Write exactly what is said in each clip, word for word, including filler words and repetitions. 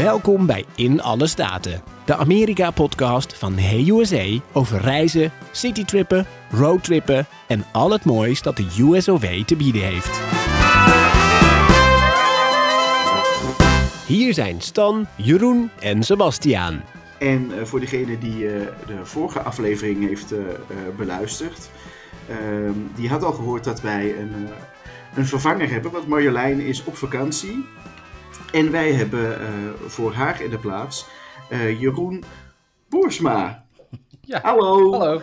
Welkom bij In Alle Staten, de Amerika-podcast van Hey U S A over reizen, citytrippen, roadtrippen en al het moois dat de U S O V te bieden heeft. Hier zijn Stan, Jeroen en Sebastiaan. En uh, voor degene die uh, de vorige aflevering heeft uh, uh, beluisterd, uh, die had al gehoord dat wij een, uh, een vervanger hebben, want Marjolein is op vakantie. En wij hebben uh, voor haar in de plaats uh, Jeroen Boersma. Ja, hallo. hallo.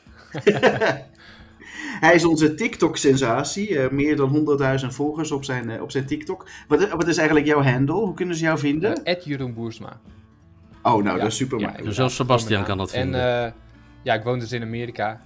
Hij is onze TikTok-sensatie. Uh, meer dan honderdduizend volgers op zijn, uh, op zijn TikTok. Wat, wat is eigenlijk jouw handle? Hoe kunnen ze jou vinden? Uh, Jeroen Boersma. Oh, nou, ja, dat is super ja, makkelijk. Zelfs Sebastian kan dat vinden. En uh, ja, ik woon dus in Amerika.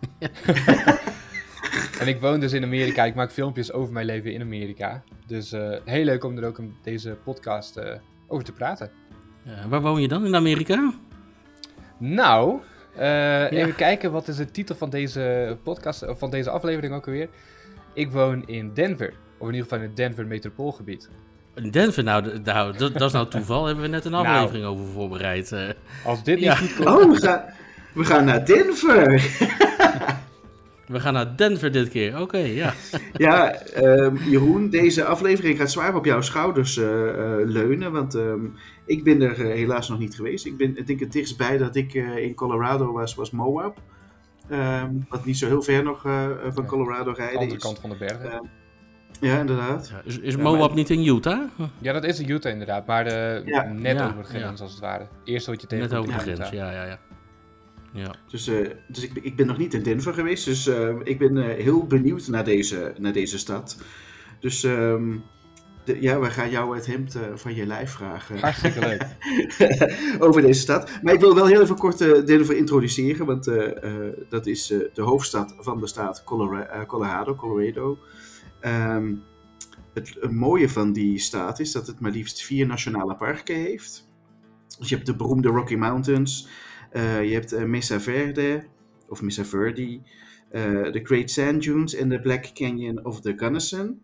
En ik woon dus in Amerika. Ik maak filmpjes over mijn leven in Amerika. Dus uh, heel leuk om er ook in deze podcast uh, over te praten. Ja, waar woon je dan in Amerika? Nou, uh, ja. even kijken. Wat is de titel van deze podcast, of van deze aflevering ook alweer? Ik woon in Denver. Of in ieder geval in het Denver metropoolgebied. Denver, nou, nou dat, dat is nou toeval. Hebben we net een aflevering nou, over voorbereid. Uh, als dit ja. niet goed komt... Oh, we gaan, we gaan naar Denver. We gaan naar Denver dit keer. Oké, okay, ja. Ja, um, Jeroen, deze aflevering gaat zwaar op jouw schouders uh, uh, leunen. Want um, ik ben er uh, helaas nog niet geweest. Ik ben, ik denk het dichtstbij dat ik uh, in Colorado was, was Moab. Um, wat niet zo heel ver nog uh, van Colorado rijden is. De andere kant van de bergen. Uh, Ja, inderdaad. Ja, is is Moab ja, maar... niet in Utah? Ja, dat is in Utah inderdaad, maar de, ja. net ja, over de grens ja. als het ware. Eerst wat je tegen net over de grens, ja, ja, ja. ja. Dus, uh, dus ik, ik ben nog niet in Denver geweest, dus uh, ik ben uh, heel benieuwd naar deze, naar deze stad. Dus um, de, ja, we gaan jou het hemd uh, van je lijf vragen. Hartstikke leuk. Over deze stad. Maar ik wil wel heel even kort uh, Denver introduceren, want uh, uh, dat is uh, de hoofdstad van de staat Colorado, uh, Colorado. Colorado. Um, het, het mooie van die staat is dat het maar liefst vier nationale parken heeft. Dus je hebt de beroemde Rocky Mountains, uh, je hebt uh, Mesa Verde, of Mesa Verde, uh, de Great Sand Dunes en de Black Canyon of the Gunnison.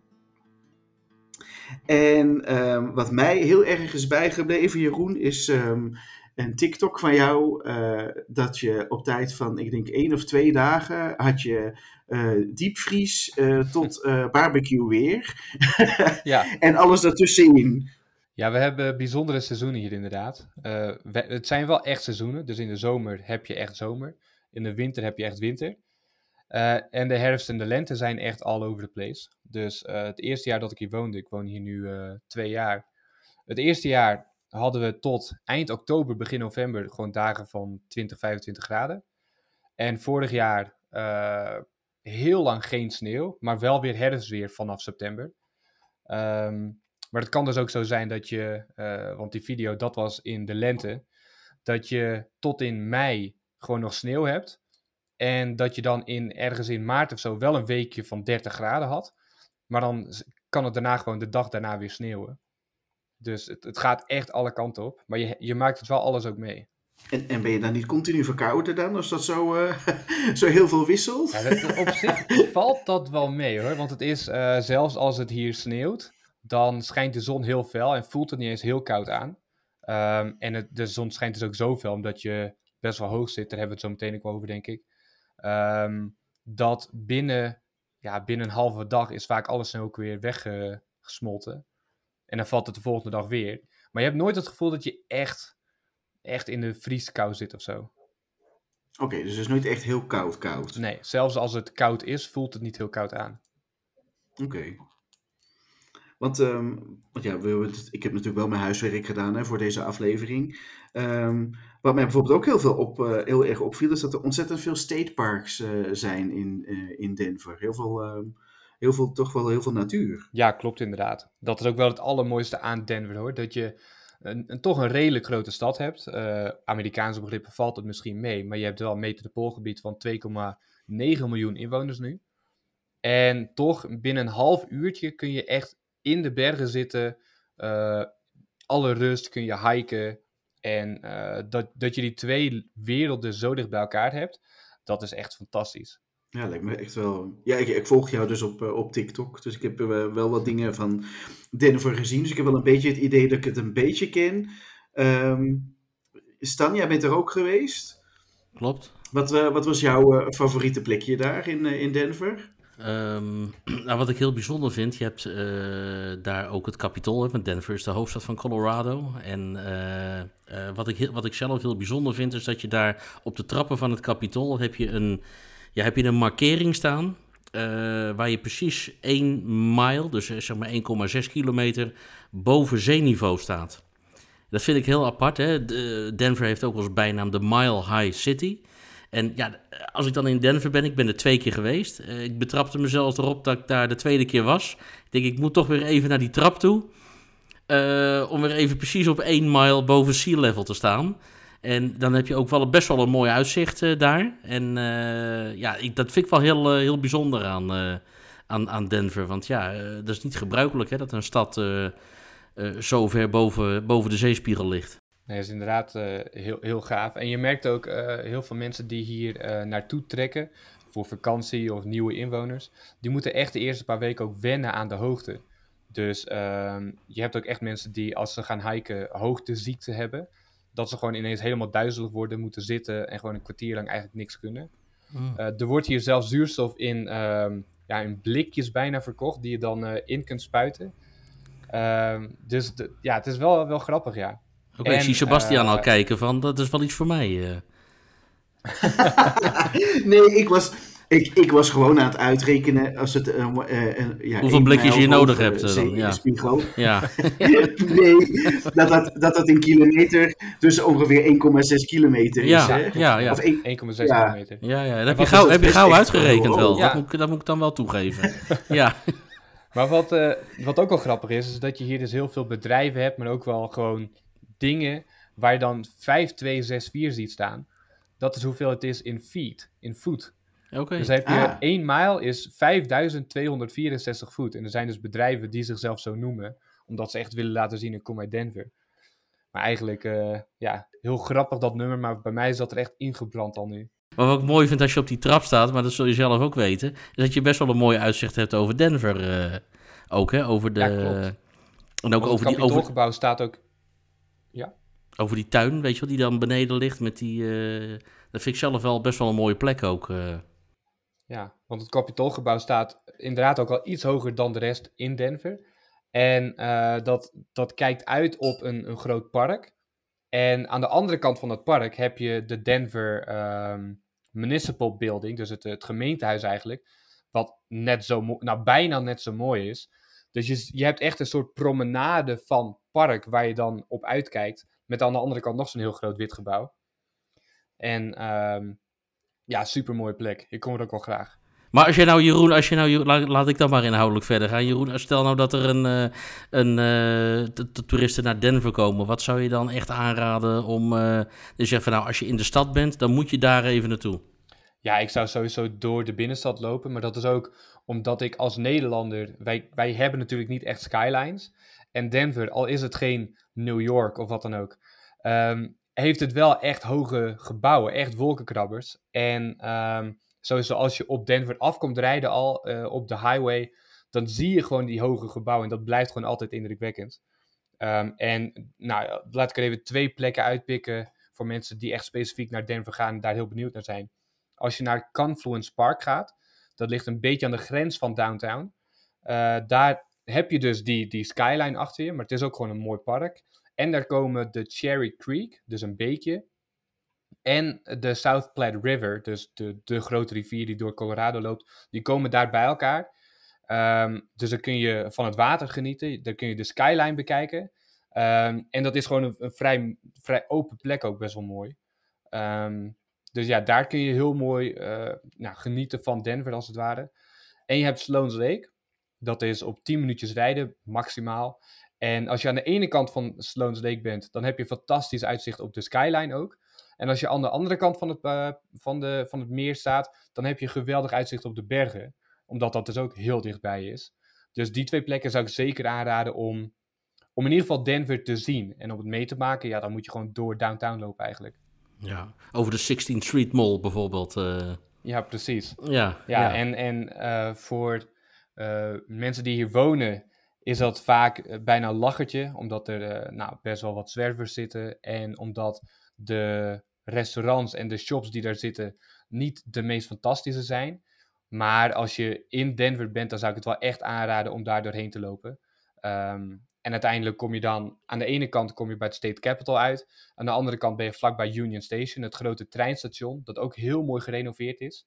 En um, wat mij heel erg is bijgebleven, Jeroen, is um, een TikTok van jou, uh, dat je op tijd van, ik denk één of twee dagen, had je uh, diepvries uh, tot uh, barbecue weer. Ja. En alles daartussenin. Ja, we hebben bijzondere seizoenen hier inderdaad. Uh, we, het zijn wel echt seizoenen, dus in de zomer heb je echt zomer. In de winter heb je echt winter. Uh, en de herfst en de lente zijn echt all over the place. Dus uh, het eerste jaar dat ik hier woonde, ik woon hier nu uh, twee jaar. Het eerste jaar hadden we tot eind oktober, begin november gewoon dagen van twintig, vijfentwintig graden. En vorig jaar uh, heel lang geen sneeuw, maar wel weer herfstweer vanaf september. Um, maar het kan dus ook zo zijn dat je, uh, want die video dat was in de lente, dat je tot in mei gewoon nog sneeuw hebt. En dat je dan in, ergens in maart of zo wel een weekje van dertig graden had. Maar dan kan het daarna gewoon de dag daarna weer sneeuwen. Dus het, het gaat echt alle kanten op. Maar je, je maakt het wel alles ook mee. En, en ben je dan niet continu verkouden dan? Als dat zo, uh, zo heel veel wisselt? Ja, dat, op zich valt dat wel mee hoor. Want het is, uh, zelfs als het hier sneeuwt, dan schijnt de zon heel fel en voelt het niet eens heel koud aan. Um, en het, de zon schijnt dus ook zo fel, omdat je best wel hoog zit. Daar hebben we het zo meteen ook over, denk ik. Um, dat binnen, ja, binnen een halve dag is vaak alles sneeuw ook weer weggesmolten. Uh, en dan valt het de volgende dag weer. Maar je hebt nooit het gevoel dat je echt, echt in de vrieskou zit of zo. Oké, okay, dus het is nooit echt heel koud koud? Nee, zelfs als het koud is, voelt het niet heel koud aan. Oké. Okay. Want, um, want ja, we, ik heb natuurlijk wel mijn huiswerk gedaan hè, voor deze aflevering. Um, wat mij bijvoorbeeld ook heel, veel op, uh, heel erg opviel, is dat er ontzettend veel stateparks uh, zijn in, uh, in Denver. Heel veel, um, heel veel, toch wel heel veel natuur. Ja, klopt inderdaad. Dat is ook wel het allermooiste aan Denver hoor. Dat je een, een, toch een redelijk grote stad hebt. Uh, Amerikaanse begrippen valt het misschien mee. Maar je hebt wel een metropoolgebied van twee komma negen miljoen inwoners nu. En toch binnen een half uurtje kun je echt in de bergen zitten. Uh, alle rust kun je hiken. En uh, dat, dat je die twee werelden zo dicht bij elkaar hebt. Dat is echt fantastisch. Ja, lijkt me echt wel... Ja, ik, ik volg jou dus op, uh, op TikTok. Dus ik heb uh, wel wat dingen van Denver gezien. Dus ik heb wel een beetje het idee dat ik het een beetje ken. Um, Stan, jij bent er ook geweest. Klopt. Wat, uh, wat was jouw uh, favoriete plekje daar in, uh, in Denver? Um, nou, wat ik heel bijzonder vind, je hebt uh, daar ook het Capitool, want Denver is de hoofdstad van Colorado. En uh, uh, wat, ik heel, wat ik zelf heel bijzonder vind, is dat je daar op de trappen van het Capitool heb je een, ja, heb je een markering staan, uh, waar je precies één mile, dus zeg maar één komma zes kilometer, boven zeeniveau staat. Dat vind ik heel apart. Hè? De, Denver heeft ook als bijnaam de Mile High City. En ja, als ik dan in Denver ben, ik ben er twee keer geweest. Uh, ik betrapte mezelf erop dat ik daar de tweede keer was. Ik denk, ik moet toch weer even naar die trap toe. Uh, om weer even precies op één mile boven sea level te staan. En dan heb je ook wel best wel een mooi uitzicht uh, daar. En uh, ja, ik, dat vind ik wel heel, uh, heel bijzonder aan, uh, aan, aan Denver. Want ja, uh, dat is niet gebruikelijk hè, dat een stad uh, uh, zo ver boven, boven de zeespiegel ligt. Nee, dat is inderdaad uh, heel, heel gaaf. En je merkt ook uh, heel veel mensen die hier uh, naartoe trekken voor vakantie of nieuwe inwoners, die moeten echt de eerste paar weken ook wennen aan de hoogte. Dus uh, je hebt ook echt mensen die als ze gaan hiken hoogteziekte hebben, dat ze gewoon ineens helemaal duizelig worden, moeten zitten en gewoon een kwartier lang eigenlijk niks kunnen. Mm. Uh, er wordt hier zelfs zuurstof in, uh, ja, in blikjes bijna verkocht, die je dan uh, in kunt spuiten. Uh, dus de, ja, het is wel, wel grappig, ja. Oké, okay, ik zie Sebastian uh, al kijken van, dat is wel iets voor mij. Uh. nee, ik was, ik, ik was gewoon aan het uitrekenen als het... Uh, uh, ja, hoeveel blikjes je nodig hebt. Uh, dan, ja. ja. nee, dat dat, dat dat in kilometer dus ongeveer één komma zes kilometer is. Ja, hè? ja, ja. Of één komma zes ja. kilometer. Ja, ja. Dat heb je gauw, heb je gauw uitgerekend wel. Ja. Dat, moet, dat moet ik dan wel toegeven. ja. Maar wat, uh, wat ook wel grappig is, is dat je hier dus heel veel bedrijven hebt, maar ook wel gewoon dingen waar je dan vijf twee zes vier ziet staan. Dat is hoeveel het is in feet, in voet. Okay. Dus dan heb je ah. één mile is vijfduizend tweehonderdvierenzestig voet. En er zijn dus bedrijven die zichzelf zo noemen, omdat ze echt willen laten zien, ik kom uit Denver. Maar eigenlijk, uh, ja, heel grappig dat nummer, maar bij mij is dat er echt ingebrand al nu. Maar wat ik mooi vind als je op die trap staat, maar dat zul je zelf ook weten, is dat je best wel een mooi uitzicht hebt over Denver. Uh, ook, hè? Over de... Ja, klopt. En ook over het die... Over... gebouw staat ook... Ja. Over die tuin, weet je wel, die dan beneden ligt met die... Uh... Dat vind ik zelf wel best wel een mooie plek ook. Uh... Ja, want het Capitoolgebouw staat inderdaad ook al iets hoger dan de rest in Denver. En uh, dat, dat kijkt uit op een, een groot park. En aan de andere kant van het park heb je de Denver um, Municipal Building, dus het, het gemeentehuis eigenlijk, wat net zo mo- nou, bijna net zo mooi is. Dus je, je hebt echt een soort promenade van park waar je dan op uitkijkt, met aan de andere kant nog zo'n heel groot wit gebouw. En um, ja, super mooie plek. Ik kom er ook wel graag. Maar als je nou, Jeroen, als je nou, laat, laat ik dan maar inhoudelijk verder gaan. Jeroen, stel nou dat er een, uh, een uh, de, de toeristen naar Denver komen. Wat zou je dan echt aanraden om, uh, dus zeggen van nou, als je in de stad bent, dan moet je daar even naartoe. Ja, ik zou sowieso door de binnenstad lopen, maar dat is ook omdat ik als Nederlander, wij, wij hebben natuurlijk niet echt skylines. En Denver, al is het geen New York of wat dan ook, um, heeft het wel echt hoge gebouwen, echt wolkenkrabbers. En um, sowieso als je op Denver afkomt rijden al uh, op de highway, dan zie je gewoon die hoge gebouwen en dat blijft gewoon altijd indrukwekkend. Um, en nou, laat ik er even twee plekken uitpikken voor mensen die echt specifiek naar Denver gaan en daar heel benieuwd naar zijn. Als je naar Confluence Park gaat, dat ligt een beetje aan de grens van downtown. Uh, daar heb je dus die, die skyline achter je, maar het is ook gewoon een mooi park. En daar komen de Cherry Creek, dus een beekje, en de South Platte River, dus de, de grote rivier die door Colorado loopt, die komen daar bij elkaar. Um, dus dan kun je van het water genieten, dan kun je de skyline bekijken. Um, en dat is gewoon een, een vrij, vrij open plek ook best wel mooi. Um, dus ja, daar kun je heel mooi uh, nou, genieten van Denver als het ware. En je hebt Sloan's Lake, dat is op tien minuutjes rijden maximaal. En als je aan de ene kant van Sloan's Lake bent, dan heb je fantastisch uitzicht op de skyline ook. En als je aan de andere kant van het, uh, van, de, van het meer staat, dan heb je geweldig uitzicht op de bergen. Omdat dat dus ook heel dichtbij is. Dus die twee plekken zou ik zeker aanraden om, om in ieder geval Denver te zien. En om het mee te maken, ja, dan moet je gewoon door downtown lopen eigenlijk. Ja, over de sixteenth Street Mall bijvoorbeeld. Uh... Ja, precies. Ja, Ja, ja. en, en uh, voor uh, mensen die hier wonen is dat vaak uh, bijna een lachertje, omdat er uh, nou, best wel wat zwervers zitten en omdat de restaurants en de shops die daar zitten niet de meest fantastische zijn. Maar als je in Denver bent, dan zou ik het wel echt aanraden om daar doorheen te lopen. Um, en uiteindelijk kom je dan, aan de ene kant kom je bij het State Capitol uit. Aan de andere kant ben je vlakbij Union Station, het grote treinstation, dat ook heel mooi gerenoveerd is.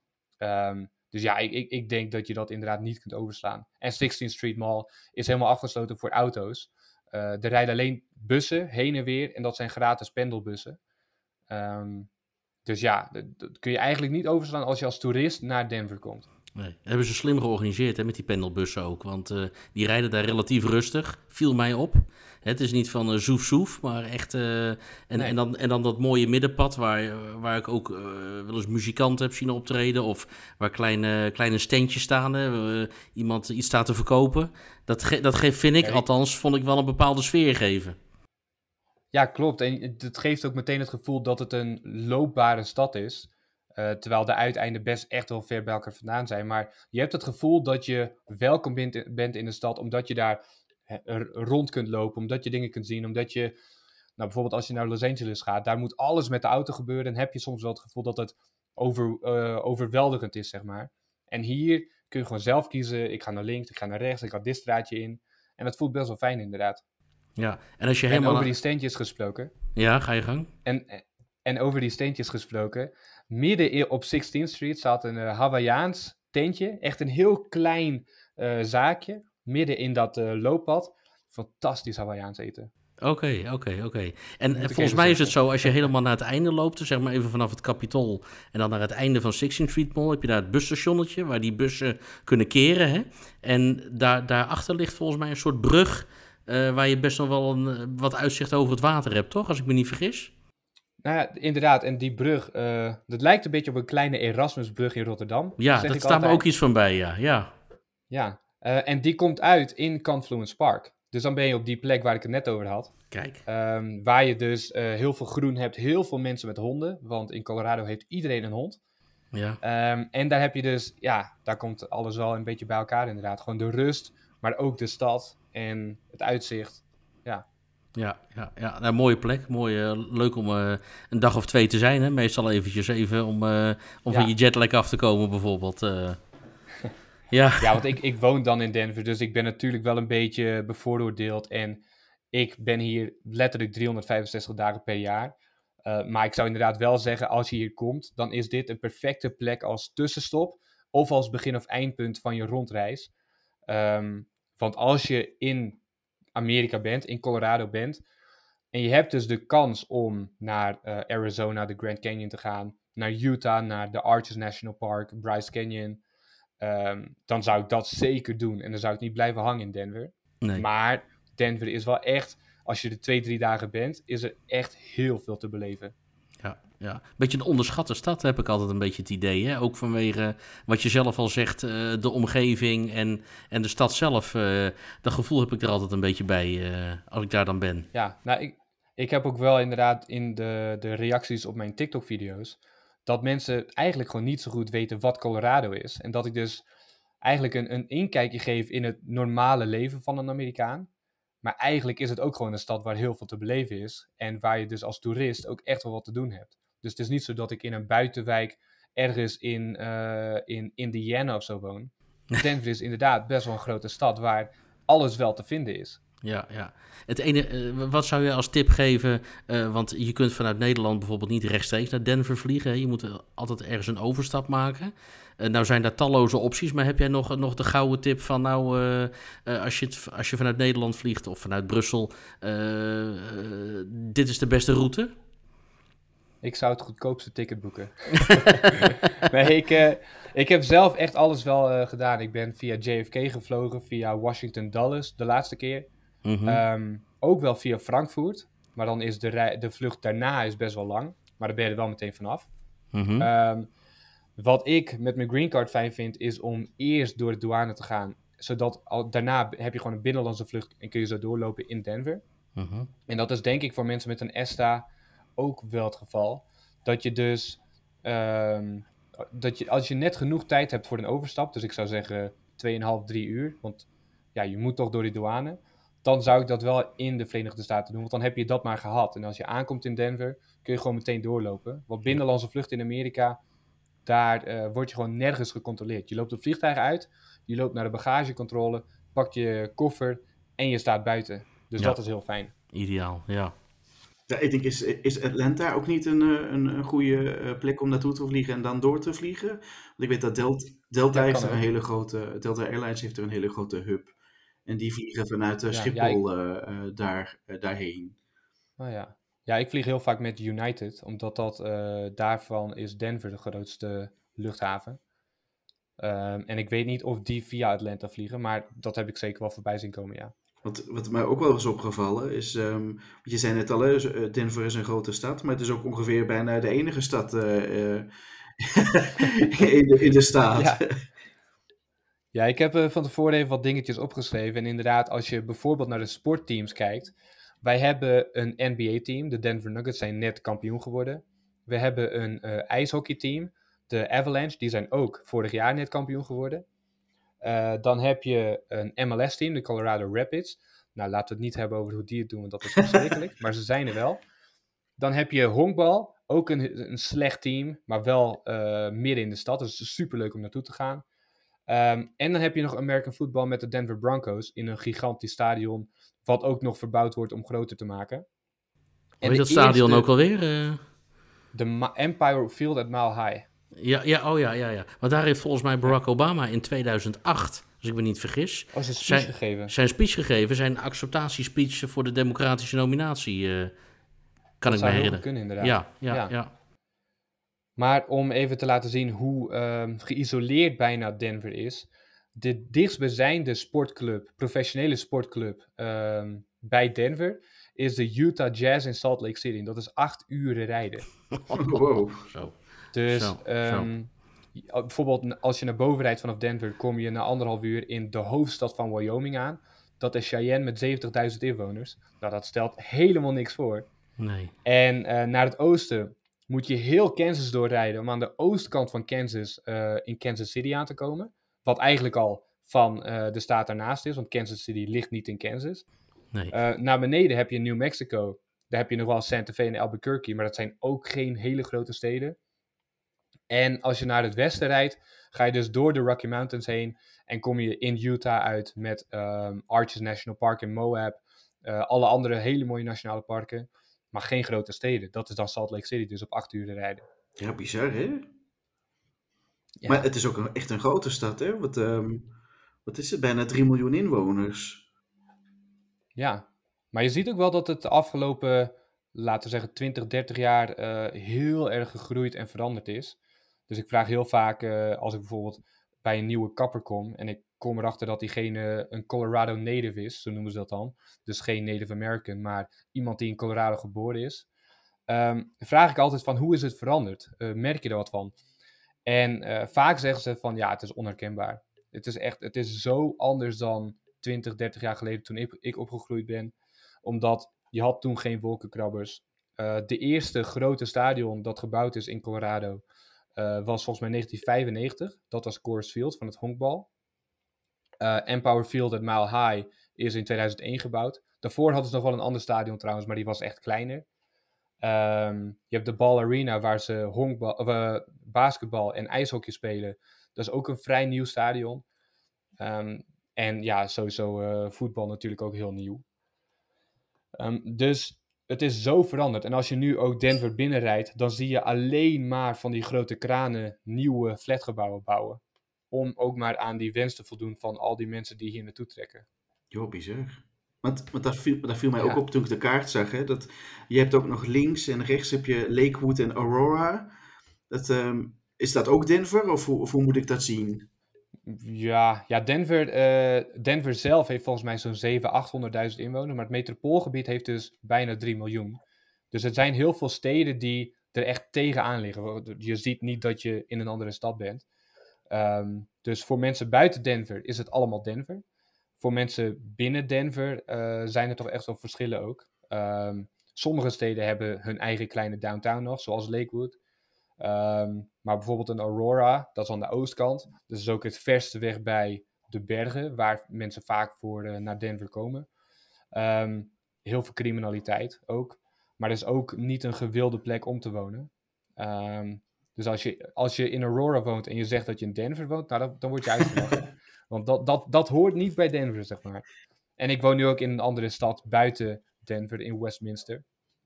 Um, dus ja, ik, ik, ik denk dat je dat inderdaad niet kunt overslaan. En sixteenth Street Mall is helemaal afgesloten voor auto's. Uh, er rijden alleen bussen heen en weer en dat zijn gratis pendelbussen. Um, dus ja, dat, dat kun je eigenlijk niet overslaan als je als toerist naar Denver komt. Nee, dat hebben ze slim georganiseerd hè, met die pendelbussen ook. Want uh, die rijden daar relatief rustig, viel mij op. Het is niet van uh, zoef zoef, maar echt... Uh, en, nee. en, dan, en dan dat mooie middenpad waar, waar ik ook uh, wel eens muzikanten heb zien optreden. Of waar kleine, kleine standjes staan, uh, iemand iets staat te verkopen. Dat, ge- dat geeft, vind ik, ja, althans, vond ik wel een bepaalde sfeer geven. Ja, klopt. En het geeft ook meteen het gevoel dat het een loopbare stad is. Uh, terwijl de uiteinden best echt wel ver bij elkaar vandaan zijn. Maar je hebt het gevoel dat je welkom bent, bent in de stad, omdat je daar rond kunt lopen, omdat je dingen kunt zien, omdat je, nou bijvoorbeeld als je naar Los Angeles gaat, daar moet alles met de auto gebeuren en heb je soms wel het gevoel dat het over, uh, overweldigend is, zeg maar. En hier kun je gewoon zelf kiezen, ik ga naar links, ik ga naar rechts, ik ga dit straatje in. En dat voelt best wel fijn inderdaad. Ja, en als je helemaal... En over die steentjes gesproken. Ja, ga je gang. En, en over die steentjes gesproken, midden op sixteenth Street staat een uh, Hawaiiaans tentje, echt een heel klein uh, zaakje, midden in dat uh, looppad. Fantastisch Hawaiiaans eten. Oké, okay, oké, okay, oké. Okay. En volgens mij is het zo, als je helemaal naar het einde loopt, zeg maar even vanaf het Capitool en dan naar het einde van sixteenth Street Mall, heb je daar het busstationnetje waar die bussen kunnen keren. Hè? En daar, daarachter ligt volgens mij een soort brug uh, waar je best nog wel een, wat uitzicht over het water hebt, toch? Als ik me niet vergis. Nou ja, inderdaad. En die brug, uh, dat lijkt een beetje op een kleine Erasmusbrug in Rotterdam. Ja, dat staat me ook iets van bij, ja. Ja, ja. Uh, en die komt uit in Confluence Park. Dus dan ben je op die plek waar ik het net over had. Kijk. Um, waar je dus uh, heel veel groen hebt, heel veel mensen met honden. Want in Colorado heeft iedereen een hond. Ja. Um, en daar heb je dus, ja, daar komt alles wel een beetje bij elkaar inderdaad. Gewoon de rust, maar ook de stad en het uitzicht. Ja. Ja, ja, ja. Nou, mooie plek. Mooi, uh, leuk om uh, een dag of twee te zijn. Hè? Meestal eventjes even om, uh, om ja. van je jetlag af te komen bijvoorbeeld. Uh, ja. ja, want ik, ik woon dan in Denver, dus ik ben natuurlijk wel een beetje bevooroordeeld. En ik ben hier letterlijk driehonderdvijfenzestig dagen per jaar. Uh, maar ik zou inderdaad wel zeggen, als je hier komt, dan is dit een perfecte plek als tussenstop. Of als begin- of eindpunt van je rondreis. Um, want als je in Amerika bent, in Colorado bent, en je hebt dus de kans om naar uh, Arizona, de Grand Canyon te gaan, naar Utah, naar de Arches National Park, Bryce Canyon, um, dan zou ik dat zeker doen. En dan zou ik niet blijven hangen in Denver. Nee. Maar Denver is wel echt, als je er twee, drie dagen bent, is er echt heel veel te beleven. Ja, ja. Beetje een onderschatte stad heb ik altijd een beetje het idee. Hè? Ook vanwege wat je zelf al zegt, uh, de omgeving en, en de stad zelf. Uh, dat gevoel heb ik er altijd een beetje bij uh, als ik daar dan ben. Ja, nou ik, ik heb ook wel inderdaad in de, de reacties op mijn TikTok-video's dat mensen eigenlijk gewoon niet zo goed weten wat Colorado is. En dat ik dus eigenlijk een, een inkijkje geef in het normale leven van een Amerikaan. Maar eigenlijk is het ook gewoon een stad waar heel veel te beleven is. En waar je dus als toerist ook echt wel wat te doen hebt. Dus het is niet zo dat ik in een buitenwijk ergens in, uh, in Indiana of zo woon. Denver is inderdaad best wel een grote stad waar alles wel te vinden is. Ja, ja. Het ene, uh, wat zou je als tip geven? Uh, want je kunt vanuit Nederland bijvoorbeeld niet rechtstreeks naar Denver vliegen. Hè? Je moet altijd ergens een overstap maken. Uh, nou zijn daar talloze opties, maar heb jij nog, nog de gouden tip van nou, uh, uh, als, je het, als je vanuit Nederland vliegt of vanuit Brussel, uh, uh, dit is de beste route? Ik zou het goedkoopste ticket boeken. nee, ik, uh, ik heb zelf echt alles wel uh, gedaan. Ik ben via J F K gevlogen, via Washington Dulles de laatste keer. Mm-hmm. Um, ook wel via Frankfurt, maar dan is de, rij- de vlucht daarna is best wel lang. Maar daar ben je er wel meteen vanaf. Mm-hmm. Um, wat ik met mijn green card fijn vind, is om eerst door de douane te gaan. Zodat al, daarna heb je gewoon een binnenlandse vlucht en kun je zo doorlopen in Denver. Mm-hmm. En dat is denk ik voor mensen met een E S T A ook wel het geval. Dat je dus um, dat je, als je net genoeg tijd hebt voor een overstap, dus ik zou zeggen twee en een half, drie uur, want ja, je moet toch door die douane, dan zou ik dat wel in de Verenigde Staten doen, want dan heb je dat maar gehad. En als je aankomt in Denver, kun je gewoon meteen doorlopen. Want binnenlandse vluchten in Amerika, daar uh, word je gewoon nergens gecontroleerd. Je loopt het vliegtuig uit, je loopt naar de bagagecontrole, pakt je koffer en je staat buiten. Dus Ja. dat is heel fijn. Ideaal, ja. Ja, ik denk, is, is Atlanta ook niet een, eh, een, een goede eh, plek om naartoe te vliegen en dan door te vliegen? Want ik weet dat Delta, Delta Ja, heeft kan er een ook. hele grote, Delta Airlines heeft er een hele grote hub. En die vliegen vanuit eh, Ja, ja, Schiphol eh, eh, daar, eh, daarheen. Oh ja. Ja, ik vlieg heel vaak met United, omdat dat, eh, daarvan is Denver de grootste luchthaven. Ehm, en ik weet niet of die via Atlanta vliegen, maar dat heb ik zeker wel voorbij zien komen, ja. Wat, wat mij ook wel is opgevallen is, ehm, want je zei net al, hè, z- eh, Denver is een grote stad, maar het is ook ongeveer bijna de enige stad eh, eh, in, de, in de staat. Ja. Ja, ik heb uh, van tevoren even wat dingetjes opgeschreven. En inderdaad, als je bijvoorbeeld naar de sportteams kijkt. Wij hebben een N B A-team, de Denver Nuggets zijn net kampioen geworden. We hebben een uh, ijshockeyteam, de Avalanche, die zijn ook vorig jaar net kampioen geworden. Uh, dan heb je een M L S-team, de Colorado Rapids. Nou, laten we het niet hebben over hoe die het doen, want dat is verschrikkelijk. Maar ze zijn er wel. Dan heb je honkbal, ook een, een slecht team, maar wel uh, midden in de stad. Dus het is superleuk om naartoe te gaan. Um, en dan heb je nog American football met de Denver Broncos in een gigantisch stadion, wat ook nog verbouwd wordt om groter te maken. Hoe En heet de dat stadion eerste, ook alweer? Uh... De Ma- Empire Field at Mile High. Ja, ja, oh ja, ja, ja. Want daar heeft volgens mij Barack ja. Obama in tweeduizend acht, als ik me niet vergis, oh, zijn speech zijn, gegeven. Zijn speech gegeven, zijn acceptatiespeech voor de democratische nominatie, uh, kan dat ik me herinneren. Kunnen, inderdaad. Ja, ja, ja, ja. Maar om even te laten zien hoe um, geïsoleerd bijna Denver is. De dichtstbijzijnde sportclub, professionele sportclub um, bij Denver, is de Utah Jazz in Salt Lake City. Dat is acht uren rijden. Wow. Zo. Dus Zo, um, zo. bijvoorbeeld als je naar boven rijdt vanaf Denver, kom je na anderhalf uur in de hoofdstad van Wyoming aan. Dat is Cheyenne met zeventigduizend inwoners. Nou, dat stelt helemaal niks voor. Nee. En uh, naar het oosten moet je heel Kansas doorrijden om aan de oostkant van Kansas uh, in Kansas City aan te komen. Wat eigenlijk al van uh, de staat daarnaast is, want Kansas City ligt niet in Kansas. Nee. Uh, naar beneden heb je New Mexico. Daar heb je nog wel Santa Fe en Albuquerque, maar dat zijn ook geen hele grote steden. En als je naar het westen rijdt, ga je dus door de Rocky Mountains heen en kom je in Utah uit met um, Arches National Park in Moab, uh, alle andere hele mooie nationale parken. Maar geen grote steden. Dat is dan Salt Lake City, dus op acht uur rijden. Ja, bizar hè? Ja. Maar het is ook een, echt een grote stad hè? Wat, um, wat is het? Bijna drie miljoen inwoners. Ja, maar je ziet ook wel dat het de afgelopen, laten we zeggen, twintig, dertig jaar uh, heel erg gegroeid en veranderd is. Dus ik vraag heel vaak, uh, als ik bijvoorbeeld bij een nieuwe kapper kom en ik kom erachter dat diegene een Colorado native is, zo noemen ze dat dan. Dus geen Native American, maar iemand die in Colorado geboren is. Um, vraag ik altijd van, hoe is het veranderd? Uh, merk je er wat van? En uh, vaak zeggen ze van, ja, het is onherkenbaar. Het is echt, het is zo anders dan twintig, dertig jaar geleden toen ik, ik opgegroeid ben. Omdat je had toen geen wolkenkrabbers. Uh, de eerste grote stadion dat gebouwd is in Colorado uh, was volgens mij negentien vijfennegentig. Dat was Coors Field van het honkbal. Uh, Empower Field at Mile High is in tweeduizend één gebouwd. Daarvoor hadden ze nog wel een ander stadion trouwens, maar die was echt kleiner. Um, je hebt de Ball Arena waar ze honkbal, of, uh, basketbal en ijshockey spelen. Dat is ook een vrij nieuw stadion. Um, en ja, sowieso uh, voetbal natuurlijk ook heel nieuw. Um, dus het is zo veranderd. En als je nu ook Denver binnenrijdt, dan zie je alleen maar van die grote kranen nieuwe flatgebouwen bouwen. Om ook maar aan die wens te voldoen van al die mensen die hier naartoe trekken. Jo, bizar. Want, want dat, viel, dat viel mij Ja. ook op toen ik de kaart zag. Hè, dat, je hebt ook nog links en rechts heb je Lakewood en Aurora. Dat, um, is dat ook Denver of hoe, of hoe moet ik dat zien? Ja, ja Denver, uh, Denver zelf heeft volgens mij zo'n zevenhonderdduizend, achthonderdduizend inwoners. Maar het metropoolgebied heeft dus bijna drie miljoen. Dus het zijn heel veel steden die er echt tegenaan liggen. Je ziet niet dat je in een andere stad bent. Um, dus voor mensen buiten Denver is het allemaal Denver. Voor mensen binnen Denver uh, zijn er toch echt wel verschillen ook. Um, sommige steden hebben hun eigen kleine downtown nog, zoals Lakewood. Um, maar bijvoorbeeld een Aurora, dat is aan de oostkant. Dus is ook het verste weg bij de bergen, waar mensen vaak voor uh, naar Denver komen. Um, heel veel criminaliteit ook. Maar het is ook niet een gewilde plek om te wonen. Um, dus als je, als je in Aurora woont en je zegt dat je in Denver woont, nou, dan, dan word je uitgelachen. Want dat, dat, dat hoort niet bij Denver, zeg maar. En ik woon nu ook in een andere stad buiten Denver, in Westminster.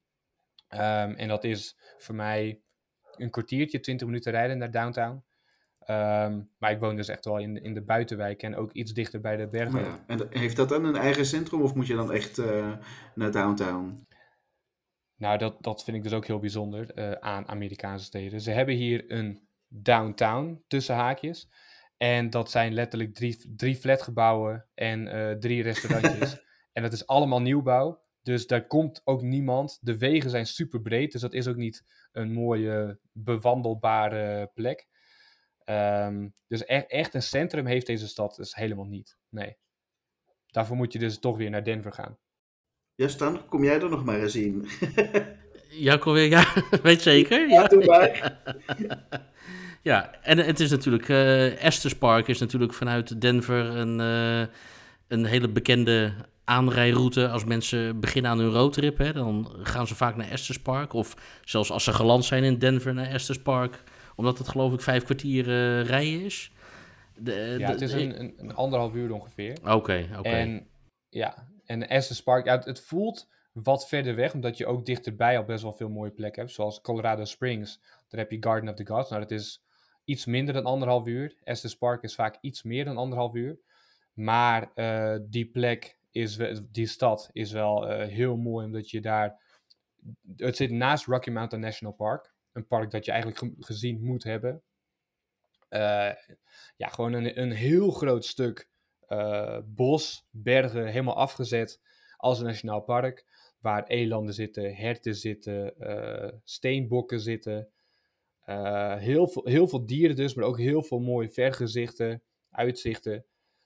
Um, en dat is voor mij een kwartiertje, twintig minuten rijden naar downtown. Um, maar ik woon dus echt wel in, in de buitenwijk en ook iets dichter bij de bergen. Ja, en heeft dat dan een eigen centrum of moet je dan echt uh, naar downtown? Nou, dat, dat vind ik dus ook heel bijzonder uh, aan Amerikaanse steden. Ze hebben hier een downtown tussen haakjes. En dat zijn letterlijk drie, drie flatgebouwen en uh, drie restaurantjes. En dat is allemaal nieuwbouw. Dus daar komt ook niemand. De wegen zijn super breed. Dus dat is ook niet een mooie bewandelbare plek. Um, dus e- echt een centrum heeft deze stad dus helemaal niet. Nee. Daarvoor moet je dus toch weer naar Denver gaan. Ja, Stan, kom jij er nog maar eens in? Ja, kom weer. Ja, weet zeker. Ja, doe maar. Ja, en het is natuurlijk... Uh, Estes Park is natuurlijk vanuit Denver een, uh, een hele bekende aanrijroute. Als mensen beginnen aan hun roadtrip, hè, dan gaan ze vaak naar Estes Park. Of zelfs als ze geland zijn in Denver naar Estes Park. Omdat het geloof ik vijf kwartier uh, rijden is. De, ja, de, het is een, een, een anderhalf uur ongeveer. Oké, okay, oké. Okay. En ja, en Estes Park, ja, het, het voelt wat verder weg, omdat je ook dichterbij al best wel veel mooie plekken hebt. Zoals Colorado Springs, daar heb je Garden of the Gods. Nou, dat is iets minder dan anderhalf uur. Estes Park is vaak iets meer dan anderhalf uur. Maar uh, die plek, is, die stad is wel uh, heel mooi, omdat je daar... Het zit naast Rocky Mountain National Park. Een park dat je eigenlijk ge- gezien moet hebben. Uh, ja, gewoon een, een heel groot stuk uh, bos, bergen, helemaal afgezet als een nationaal park. Waar elanden zitten, herten zitten, uh, steenbokken zitten. Uh, heel, veel, heel veel dieren dus, maar ook heel veel mooie vergezichten, uitzichten.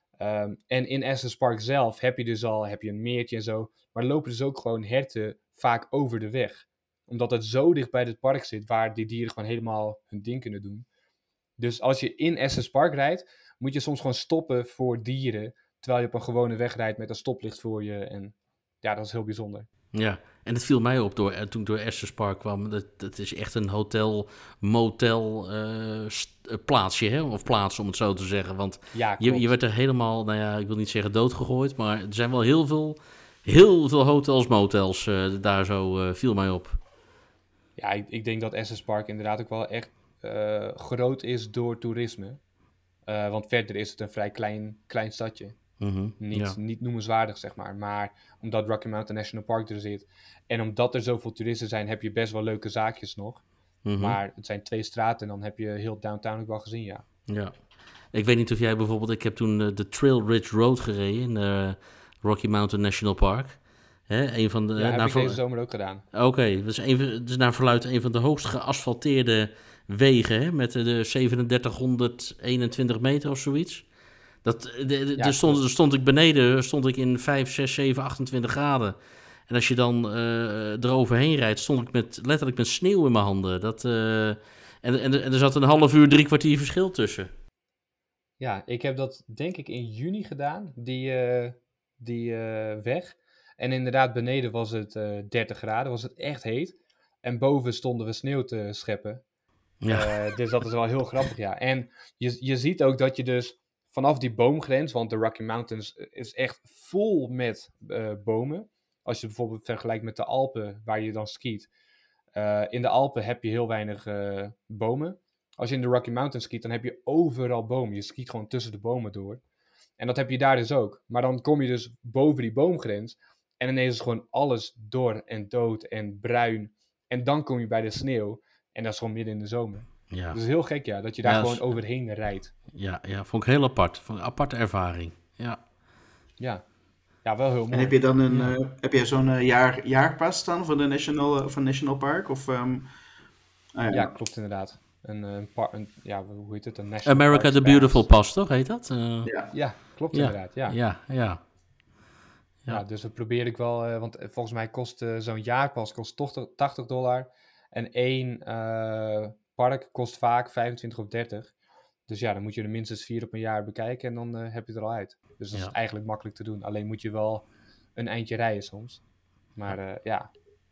Um, en in Estes Park zelf heb je dus al heb je een meertje en zo. Maar er lopen dus ook gewoon herten vaak over de weg. Omdat het zo dicht bij het park zit, waar die dieren gewoon helemaal hun ding kunnen doen. Dus als je in Estes Park rijdt, moet je soms gewoon stoppen voor dieren. Terwijl je op een gewone weg rijdt met een stoplicht voor je. En ja, dat is heel bijzonder. Ja, en het viel mij op door, toen ik door Estes Park kwam. Dat, dat is echt een hotel, motel uh, st- plaatsje, hè? Of plaats om het zo te zeggen. Want ja, je, je werd er helemaal, nou ja, ik wil niet zeggen doodgegooid. Maar er zijn wel heel veel, heel veel hotels, motels uh, daar zo, uh, viel mij op. Ja, ik, ik denk dat Estes Park inderdaad ook wel echt uh, groot is door toerisme. Uh, want verder is het een vrij klein, klein stadje. Mm-hmm, niet, ja. niet noemenswaardig, zeg maar. Maar omdat Rocky Mountain National Park er zit en omdat er zoveel toeristen zijn, heb je best wel leuke zaakjes nog. Mm-hmm. Maar het zijn twee straten en dan heb je heel downtown ook wel gezien, ja. Ja. Ik weet niet of jij bijvoorbeeld... Ik heb toen uh, de Trail Ridge Road gereden in uh, Rocky Mountain National Park. Hè, een van de, ja, heb naar ik ver... deze zomer ook gedaan. Oké, okay, dat is, een, is naar verluidt een van de hoogst geasfalteerde wegen, hè, met de zevenendertighonderdeenentwintig meter of zoiets. Dat, de, de, ja, de stond, stond ik beneden, stond ik in vijf, zes, zeven, achtentwintig graden. En als je dan uh, eroverheen rijdt, stond ik met, letterlijk met sneeuw in mijn handen. Dat, uh, en, en, en er zat een half uur, drie kwartier verschil tussen. Ja, ik heb dat denk ik in juni gedaan, die, uh, die uh, weg. En inderdaad, beneden was het uh, dertig graden, was het echt heet. En boven stonden we sneeuw te scheppen. Ja. Uh, dus dat is wel heel grappig, ja. En je, je ziet ook dat je dus vanaf die boomgrens, want de Rocky Mountains is echt vol met uh, bomen. Als je bijvoorbeeld vergelijkt met de Alpen, waar je dan skiet. Uh, in de Alpen heb je heel weinig uh, bomen. Als je in de Rocky Mountains skiet, dan heb je overal bomen. Je skiet gewoon tussen de bomen door. En dat heb je daar dus ook. Maar dan kom je dus boven die boomgrens. En ineens is gewoon alles dor en dood en bruin. En dan kom je bij de sneeuw. En dat is gewoon midden in de zomer. Ja. Dat is heel gek, ja. Dat je daar ja, gewoon is... overheen rijdt. Ja, ja, vond ik heel apart. Vond ik een aparte ervaring. Ja. Ja. Ja, wel heel mooi. En heb je dan een, ja. uh, heb je zo'n uh, jaar, jaarpas dan van de National, uh, van National Park? Of, um... ah, ja. ja, klopt inderdaad. Een, een, par- een, ja, hoe heet het? Een National America Park the Beautiful Pass, toch? Heet dat? Uh... Ja. ja, klopt ja. inderdaad. Ja, ja, ja. ja. ja dus dat probeer ik wel, uh, want volgens mij kost uh, zo'n jaarpas kost tachtig dollar. En één uh, park kost vaak vijfentwintig of dertig. Dus ja, dan moet je er minstens vier op een jaar bekijken en dan uh, heb je het er al uit. Dus dat Ja. is eigenlijk makkelijk te doen. Alleen moet je wel een eindje rijden soms. Maar uh, ja...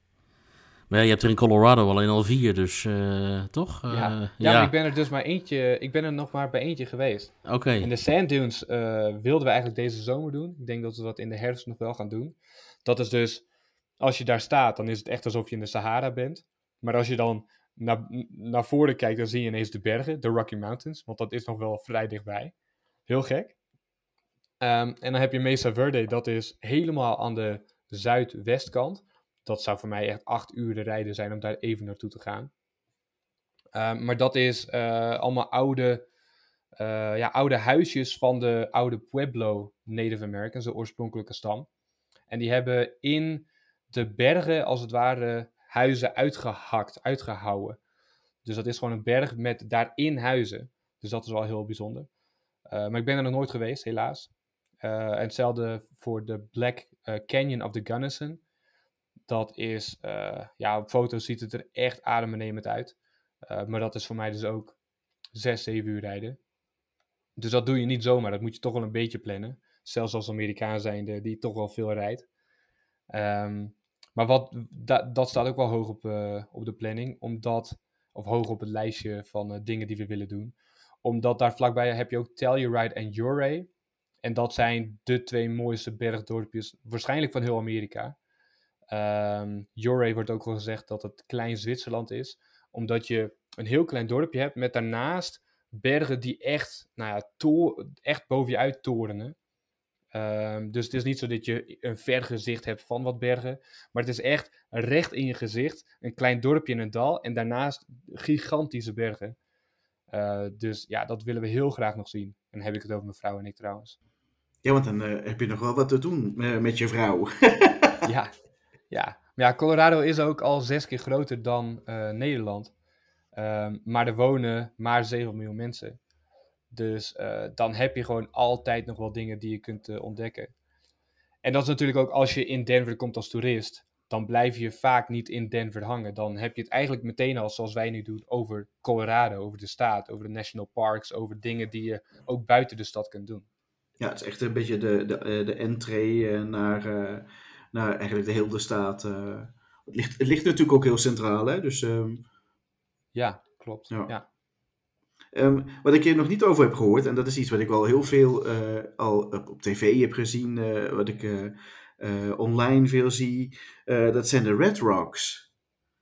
Maar ja, je hebt er in Colorado alleen al vier, dus uh, toch? Uh, ja, ja, ja. Maar ik ben er dus maar eentje, ik ben er nog maar bij eentje geweest. Oké. Okay. En de Sand Dunes uh, wilden we eigenlijk deze zomer doen. Ik denk dat we dat in de herfst nog wel gaan doen. Dat is dus, als je daar staat, dan is het echt alsof je in de Sahara bent. Maar als je dan naar, naar voren kijkt, dan zie je ineens de bergen, de Rocky Mountains. Want dat is nog wel vrij dichtbij. Heel gek. Um, en dan heb je Mesa Verde, dat is helemaal aan de zuidwestkant. Dat zou voor mij echt acht uur rijden zijn om daar even naartoe te gaan. Um, maar dat is uh, allemaal oude, uh, ja, oude huisjes van de oude Pueblo Native Americans, de oorspronkelijke stam. En die hebben in de bergen, als het ware, huizen uitgehakt, uitgehouwen. Dus dat is gewoon een berg met daarin huizen. Dus dat is wel heel bijzonder. Uh, maar ik ben er nog nooit geweest, helaas. Uh, en hetzelfde voor de Black uh, Canyon of the Gunnison. Dat is, uh, ja, op foto's ziet het er echt adembenemend uit. Uh, maar dat is voor mij dus ook zes, zeven uur rijden. Dus dat doe je niet zomaar. Dat moet je toch wel een beetje plannen. Zelfs als Amerikaan zijnde die toch wel veel rijdt. Um, maar wat, da, dat staat ook wel hoog op, uh, op de planning. Omdat, of hoog op het lijstje van uh, dingen die we willen doen. Omdat daar vlakbij heb je ook Telluride en Ouray. En dat zijn de twee mooiste bergdorpjes, waarschijnlijk van heel Amerika. Um, Ouray wordt ook wel gezegd dat het klein Zwitserland is. Omdat je een heel klein dorpje hebt met daarnaast bergen die echt, nou ja, to- echt boven je uit torenen. Um, dus het is niet zo dat je een ver gezicht hebt van wat bergen. Maar het is echt recht in je gezicht. Een klein dorpje in een dal. En daarnaast gigantische bergen. Uh, dus ja, dat willen we heel graag nog zien. En dan heb ik het over mijn vrouw en ik trouwens. Ja, want dan uh, heb je nog wel wat te doen uh, met je vrouw. ja, ja. Maar ja, Colorado is ook al zes keer groter dan uh, Nederland. Um, maar er wonen maar zeven miljoen mensen. Dus uh, dan heb je gewoon altijd nog wel dingen die je kunt uh, ontdekken. En dat is natuurlijk ook als je in Denver komt als toerist. Dan blijf je vaak niet in Denver hangen. Dan heb je het eigenlijk meteen al, zoals wij nu doen, over Colorado, over de staat, over de national parks, over dingen die je ook buiten de stad kunt doen. Ja, het is echt een beetje de, de, de entree naar, uh, naar eigenlijk de hele staat. Uh, het, ligt, het ligt natuurlijk ook heel centraal, hè? Dus, um, ja, klopt. Ja. Ja. Um, wat ik hier nog niet over heb gehoord, en dat is iets wat ik wel heel veel uh, al op, op tv heb gezien, uh, wat ik uh, uh, online veel zie, uh, dat zijn de Red Rocks.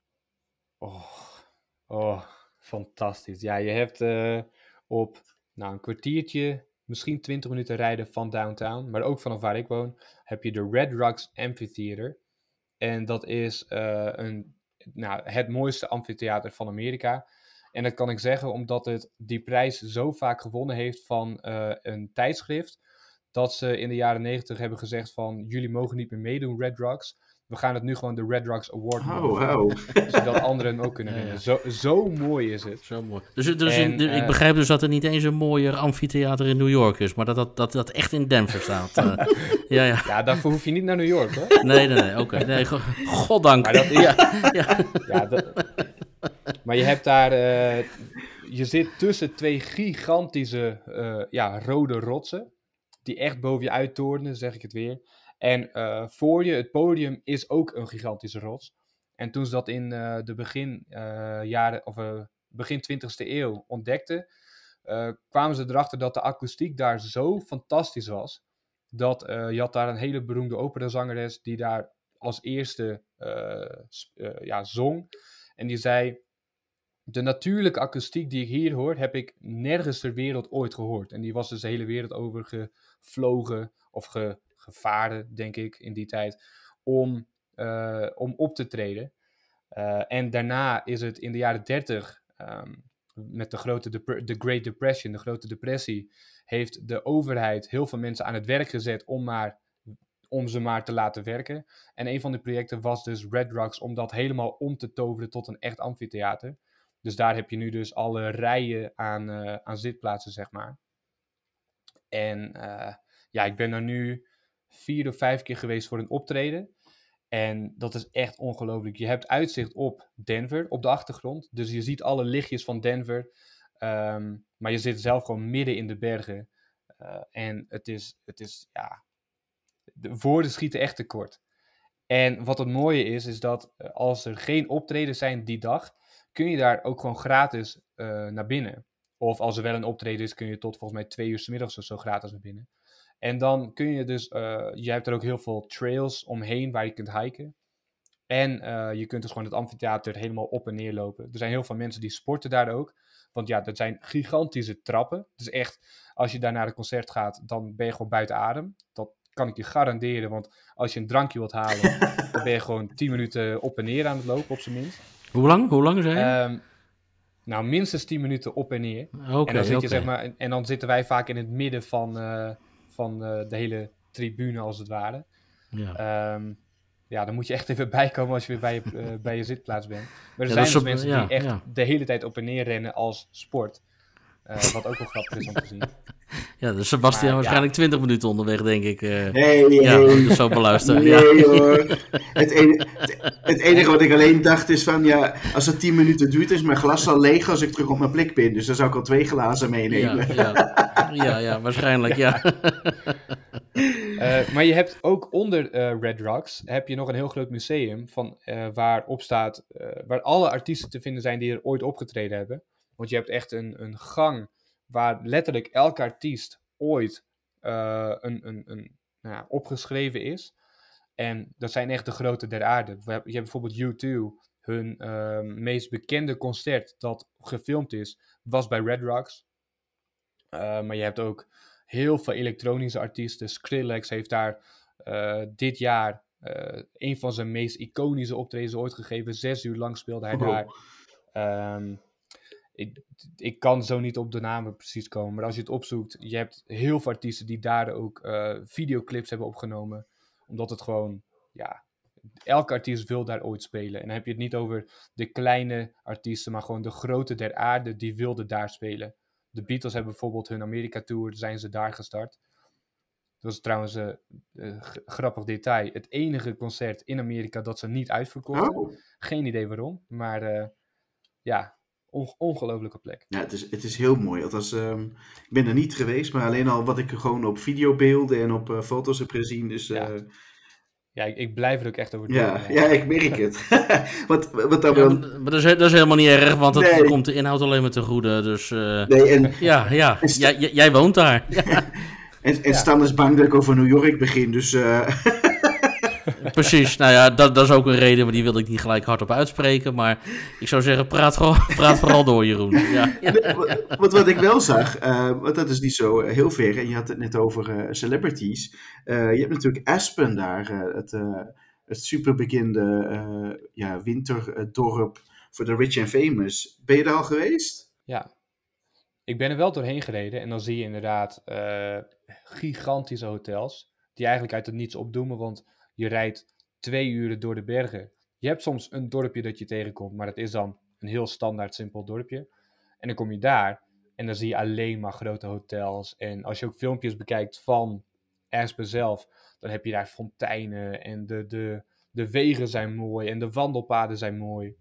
Oh, oh, fantastisch. Ja, je hebt uh, op nou, een kwartiertje, misschien twintig minuten rijden van downtown, maar ook vanaf waar ik woon, heb je de Red Rocks Amphitheater. En dat is uh, een, nou, het mooiste amfitheater van Amerika. En dat kan ik zeggen omdat het die prijs zo vaak gewonnen heeft van uh, een tijdschrift, dat ze in de jaren negentig hebben gezegd van, jullie mogen niet meer meedoen, Red Rocks. We gaan het nu gewoon de Red Rocks Award noemen. Oh, wow. Zodat anderen hem ook kunnen Ja, ja. winnen. Zo, zo mooi is het. Zo mooi. Dus, dus En, in, de, uh, ik begrijp dus dat er niet eens een mooier amfitheater in New York is, maar dat dat, dat, dat echt in Denver staat. Uh, ja, ja. Ja, daarvoor hoef je niet naar New York, hoor. Nee, nee, nee. Oké. Okay. Nee, go- goddank. Maar dat is... ja, ja. Ja, dat... Maar je hebt daar... Uh, je zit tussen twee gigantische uh, ja, rode rotsen. Die echt boven je uittorenen, zeg ik het weer. En uh, voor je, het podium, is ook een gigantische rots. En toen ze dat in uh, de begin, uh, jaren, of, uh, begin twintigste eeuw ontdekten, uh, kwamen ze erachter dat de akoestiek daar zo fantastisch was, dat uh, je had daar een hele beroemde operazangeres die daar als eerste uh, uh, ja, zong. En die zei, de natuurlijke akoestiek die ik hier hoor, heb ik nergens ter wereld ooit gehoord. En die was dus de hele wereld over gevlogen, of ge, gevaren, denk ik, in die tijd, om, uh, om op te treden. Uh, en daarna is het in de jaren dertig, um, met de, grote dep- de Great Depression, de grote depressie, heeft de overheid heel veel mensen aan het werk gezet om, maar, om ze maar te laten werken. En een van de projecten was dus Red Rocks, om dat helemaal om te toveren tot een echt amfitheater. Dus daar heb je nu dus alle rijen aan, uh, aan zitplaatsen, zeg maar. En uh, ja, ik ben er nu vier of vijf keer geweest voor een optreden. En dat is echt ongelooflijk. Je hebt uitzicht op Denver op de achtergrond. Dus je ziet alle lichtjes van Denver. Um, maar je zit zelf gewoon midden in de bergen. Uh, en het is, het is, ja... De woorden schieten echt tekort. En wat het mooie is, is dat als er geen optredens zijn die dag, kun je daar ook gewoon gratis uh, naar binnen. Of als er wel een optreden is, kun je tot volgens mij twee uur 's middags of zo gratis naar binnen. En dan kun je dus, uh, je hebt er ook heel veel trails omheen waar je kunt hiken. En uh, je kunt dus gewoon het amfitheater helemaal op en neer lopen. Er zijn heel veel mensen die sporten daar ook. Want ja, dat zijn gigantische trappen. Dus echt, als je daar naar het concert gaat, dan ben je gewoon buiten adem. Dat kan ik je garanderen, want als je een drankje wilt halen, dan ben je gewoon tien minuten op en neer aan het lopen, op zijn minst. Hoe lang? Hoe lang zei je? Um, nou, minstens tien minuten op en neer. Oké, okay, en, dan zit je, okay. zeg maar, en dan zitten wij vaak in het midden van, uh, van uh, de hele tribune, als het ware. Ja. Um, ja, dan moet je echt even bijkomen als je weer bij je, uh, bij je zitplaats bent. Maar er ja, zijn dus op, mensen ja, die echt ja. de hele tijd op en neer rennen als sport. Uh, wat ook wel grappig is om te zien. Ja, dus Sebastian maar, waarschijnlijk ja. twintig minuten onderweg, denk ik. Uh, nee, nee. Ja, dus zo beluisteren. Nee, ja. hoor. Het enige, het enige wat ik alleen dacht is van, ja, als het tien minuten duurt, is mijn glas al leeg als ik terug op mijn plek ben. Dus dan zou ik al twee glazen meenemen. Ja, ja, ja, ja waarschijnlijk, ja. Uh, maar je hebt ook onder uh, Red Rocks, heb je nog een heel groot museum van, uh, waarop staat, uh, waar alle artiesten te vinden zijn die er ooit opgetreden hebben. Want je hebt echt een, een gang waar letterlijk elke artiest ooit uh, een, een, een, nou ja, opgeschreven is. En dat zijn echt de grote der aarde. Je hebt bijvoorbeeld U twee, hun uh, meest bekende concert dat gefilmd is, was bij Red Rocks. Uh, maar je hebt ook heel veel elektronische artiesten. Skrillex heeft daar uh, dit jaar uh, een van zijn meest iconische optredens ooit gegeven. Zes uur lang speelde hij Oh. daar. Um, Ik, ik kan zo niet op de namen precies komen, maar als je het opzoekt, je hebt heel veel artiesten die daar ook uh, videoclips hebben opgenomen, omdat het gewoon, ja, elke artiest wil daar ooit spelen. En dan heb je het niet over de kleine artiesten, maar gewoon de grote der aarde, die wilden daar spelen. De Beatles hebben bijvoorbeeld hun Amerika-tour, zijn ze daar gestart. Dat was trouwens een uh, g- grappig detail. Het enige concert in Amerika dat ze niet uitverkochten. Oh. Geen idee waarom, maar uh, ja... On- ongelofelijke plek. Ja, het is, het is heel mooi. Althans, um, ik ben er niet geweest, maar alleen al wat ik gewoon op videobeelden en op uh, foto's heb gezien. Dus, uh... ja, ja ik, ik blijf er ook echt over doen. Ja, ja, ik merk het. wat, wat dan ja, wel... maar maar dat, is, dat is helemaal niet erg, want het nee. komt de inhoud alleen maar te goede. Dus uh... nee, en... ja, ja. St- jij, jij, jij woont daar. Ja. en en ja. Stan is bang dat ik over New York begin, dus... Uh... Precies, nou ja, dat, dat is ook een reden, maar die wilde ik niet gelijk hardop uitspreken. Maar ik zou zeggen, praat, gewoon, praat vooral door, Jeroen. Ja. Ja. Wat, wat ik wel zag, uh, want dat is niet zo heel ver, en je had het net over uh, celebrities. Uh, je hebt natuurlijk Aspen daar, uh, het, uh, het superbekende uh, ja, winterdorp voor de rich and famous. Ben je daar al geweest? Ja, ik ben er wel doorheen gereden en dan zie je inderdaad uh, gigantische hotels die eigenlijk uit het niets opdoemen, want je rijdt twee uren door de bergen. Je hebt soms een dorpje dat je tegenkomt, maar dat is dan een heel standaard simpel dorpje. En dan kom je daar en dan zie je alleen maar grote hotels. En als je ook filmpjes bekijkt van Aspen zelf, dan heb je daar fonteinen en de, de, de wegen zijn mooi en de wandelpaden zijn mooi.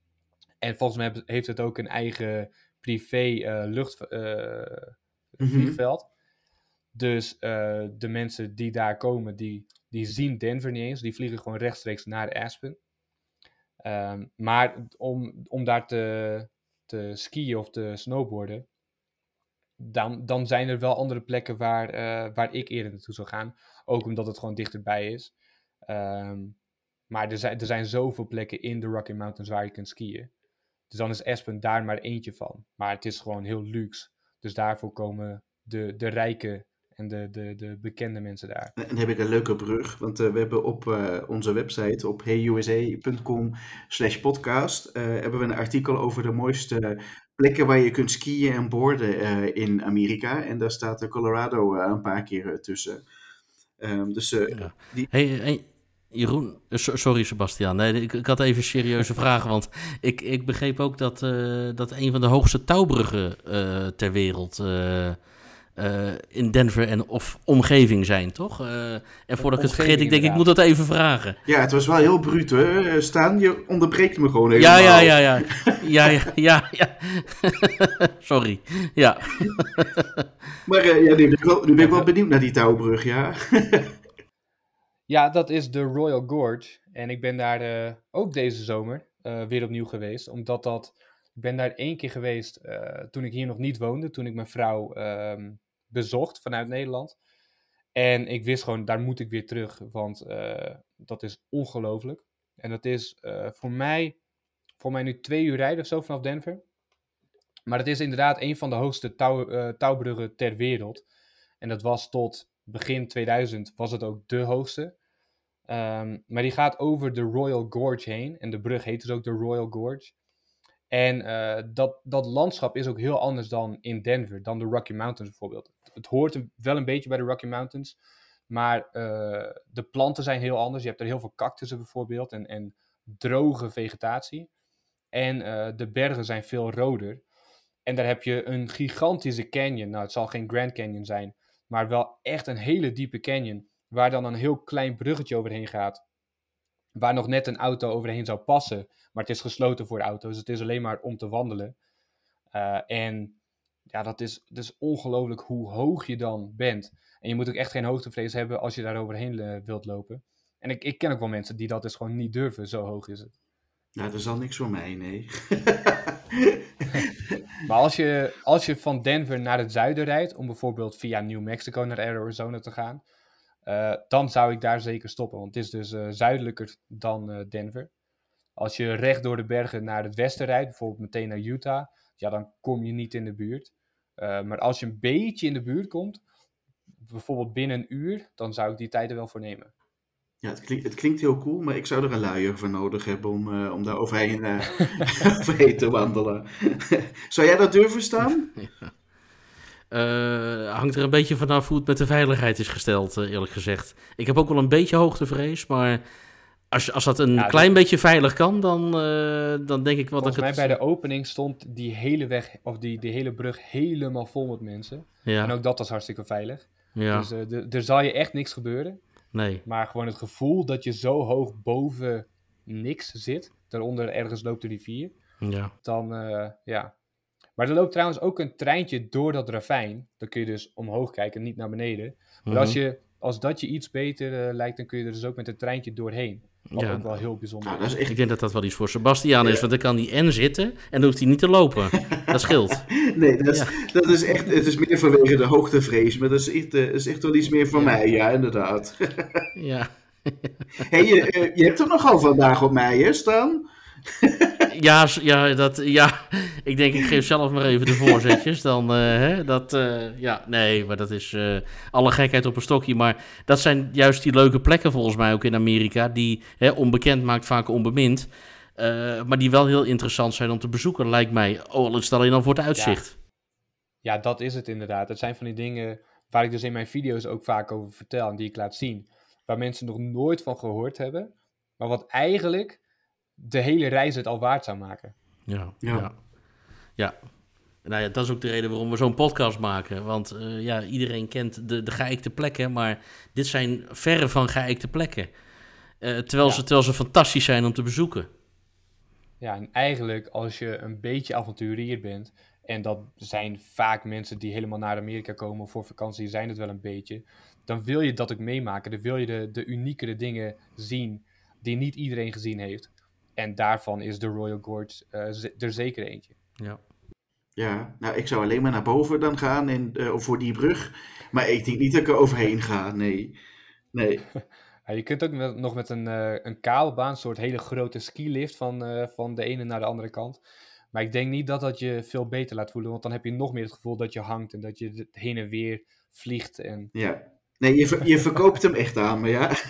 En volgens mij heeft het ook een eigen privé uh, lucht, uh, vliegveld. Mm-hmm. Dus uh, de mensen die daar komen, die, die zien Denver niet eens. Die vliegen gewoon rechtstreeks naar Aspen. Um, maar om, om daar te, te skiën of te snowboarden, dan, dan zijn er wel andere plekken waar, uh, waar ik eerder naartoe zou gaan. Ook omdat het gewoon dichterbij is. Um, maar er zijn, er zijn zoveel plekken in de Rocky Mountains waar je kunt skiën. Dus dan is Aspen daar maar eentje van. Maar het is gewoon heel luxe. Dus daarvoor komen de, de rijke en de, de, de bekende mensen daar. En dan heb ik een leuke brug. Want uh, we hebben op uh, onze website, op hey u s a punt com slash podcast, uh, hebben we een artikel over de mooiste plekken waar je kunt skiën en boarden uh, in Amerika. En daar staat uh, Colorado uh, een paar keer uh, tussen. Um, dus uh, ja. die... Hey, hey. Jeroen, sorry Sebastian, nee, ik, ik had even serieuze vragen, want ik, ik begreep ook dat, uh, dat een van de hoogste touwbruggen uh, ter wereld uh, uh, in Denver en of omgeving zijn, toch? Uh, en voordat ik het vergeet, ik denk inderdaad. ik moet dat even vragen. Ja, het was wel heel bruut, hè? Staan, je onderbreekt me gewoon helemaal. Ja, ja, ja, ja. ja, ja, ja, ja. Sorry, ja. Maar uh, ja, nu ben ik wel, nu ben ik wel benieuwd naar die touwbrug, ja. Ja, dat is de Royal Gorge. En ik ben daar uh, ook deze zomer uh, weer opnieuw geweest. Omdat dat... Ik ben daar één keer geweest uh, toen ik hier nog niet woonde. Toen ik mijn vrouw uh, bezocht vanuit Nederland. En ik wist gewoon, daar moet ik weer terug. Want uh, dat is ongelooflijk. En dat is uh, voor mij... Voor mij nu twee uur rijden of zo vanaf Denver. Maar het is inderdaad een van de hoogste touw, uh, touwbruggen ter wereld. En dat was tot begin tweeduizend was het ook de hoogste. Um, maar die gaat over de Royal Gorge heen. En de brug heet dus ook de Royal Gorge. En uh, dat, dat landschap is ook heel anders dan in Denver. Dan de Rocky Mountains bijvoorbeeld. Het hoort wel een beetje bij de Rocky Mountains. Maar uh, de planten zijn heel anders. Je hebt er heel veel cactussen bijvoorbeeld. En, en droge vegetatie. En uh, de bergen zijn veel roder. En daar heb je een gigantische canyon. Nou, het zal geen Grand Canyon zijn. Maar wel echt een hele diepe canyon. Waar dan een heel klein bruggetje overheen gaat. Waar nog net een auto overheen zou passen. Maar het is gesloten voor de auto's. Het is alleen maar om te wandelen. Uh, en ja, dat is, dat is ongelooflijk hoe hoog je dan bent. En je moet ook echt geen hoogtevrees hebben als je daar overheen uh, wilt lopen. En ik, ik ken ook wel mensen die dat dus gewoon niet durven. Zo hoog is het. Nou, dat is al niks voor mij, nee. Maar als je, als je van Denver naar het zuiden rijdt, om bijvoorbeeld via New Mexico naar Arizona te gaan, uh, dan zou ik daar zeker stoppen. Want het is dus uh, zuidelijker dan uh, Denver. Als je recht door de bergen naar het westen rijdt, bijvoorbeeld meteen naar Utah, ja, dan kom je niet in de buurt. Uh, maar als je een beetje in de buurt komt, bijvoorbeeld binnen een uur, dan zou ik die tijd er wel voor nemen. Ja, het klinkt, het klinkt heel cool, maar ik zou er een luier voor nodig hebben om, uh, om daar overheen, uh, overheen te wandelen. Zou jij dat durven staan? Ja. Uh, hangt er een beetje vanaf hoe het met de veiligheid is gesteld, uh, eerlijk gezegd. Ik heb ook wel een beetje hoogtevrees, maar als, als dat een ja, klein dat... beetje veilig kan, dan, uh, dan denk ik wel dat ik het... Volgens mij bij de opening stond die hele weg, of die, die hele brug helemaal vol met mensen. Ja. En ook dat was hartstikke veilig. Ja. Dus uh, d- er zal je echt niks gebeuren. Nee. Maar gewoon het gevoel dat je zo hoog boven niks zit, daaronder ergens loopt de rivier, ja. dan uh, ja. Maar er loopt trouwens ook een treintje door dat ravijn. Dan kun je dus omhoog kijken, niet naar beneden. Maar mm-hmm. als, je, als dat je iets beter uh, lijkt, dan kun je er dus ook met een treintje doorheen. Wat ja. ook wel heel bijzonder nou, is. Dat is echt... Ik denk dat dat wel iets voor Sebastiaan is, ja. want dan kan hij en zitten en dan hoeft hij niet te lopen. Dat scheelt. Nee, dat is, ja. dat is echt, het is meer vanwege de hoogtevrees, maar dat is echt, dat is echt wel iets meer voor ja. mij, ja, inderdaad. Ja. Hey, je, je hebt er nogal vandaag op mij, hè, staan? Ja, ja, dat, ja, ik denk ik geef zelf maar even de voorzetjes. Dan, uh, hè, dat, uh, ja, nee, maar dat is uh, alle gekheid op een stokje. Maar dat zijn juist die leuke plekken volgens mij ook in Amerika. Die hè, onbekend maakt vaak onbemind. Uh, maar die wel heel interessant zijn om te bezoeken, lijkt mij. Oh, al is het alleen al voor het uitzicht. Ja. ja, dat is het inderdaad. Dat zijn van die dingen waar ik dus in mijn video's ook vaak over vertel en die ik laat zien. Waar mensen nog nooit van gehoord hebben. Maar wat eigenlijk de hele reis het al waard zou maken. Ja, ja. ja. ja. Nou ja, dat is ook de reden waarom we zo'n podcast maken. Want uh, ja, iedereen kent de, de geëikte plekken, maar dit zijn verre van geëikte plekken. Uh, terwijl, ja. ze, terwijl ze fantastisch zijn om te bezoeken. Ja, en eigenlijk als je een beetje avonturier bent, en dat zijn vaak mensen die helemaal naar Amerika komen voor vakantie, zijn het wel een beetje, dan wil je dat ook meemaken. Dan wil je de, de uniekere dingen zien die niet iedereen gezien heeft. En daarvan is de Royal Gorge uh, z- er zeker eentje. Ja. Ja, nou ik zou alleen maar naar boven dan gaan en, uh, voor die brug. Maar ik denk niet dat ik er overheen ga, nee. nee. Ja, je kunt ook met, nog met een, uh, een kabelbaan, een soort hele grote skilift van, uh, van de ene naar de andere kant. Maar ik denk niet dat dat je veel beter laat voelen, want dan heb je nog meer het gevoel dat je hangt en dat je heen en weer vliegt. En... Ja, nee, je, ver, je verkoopt hem echt aan me, ja.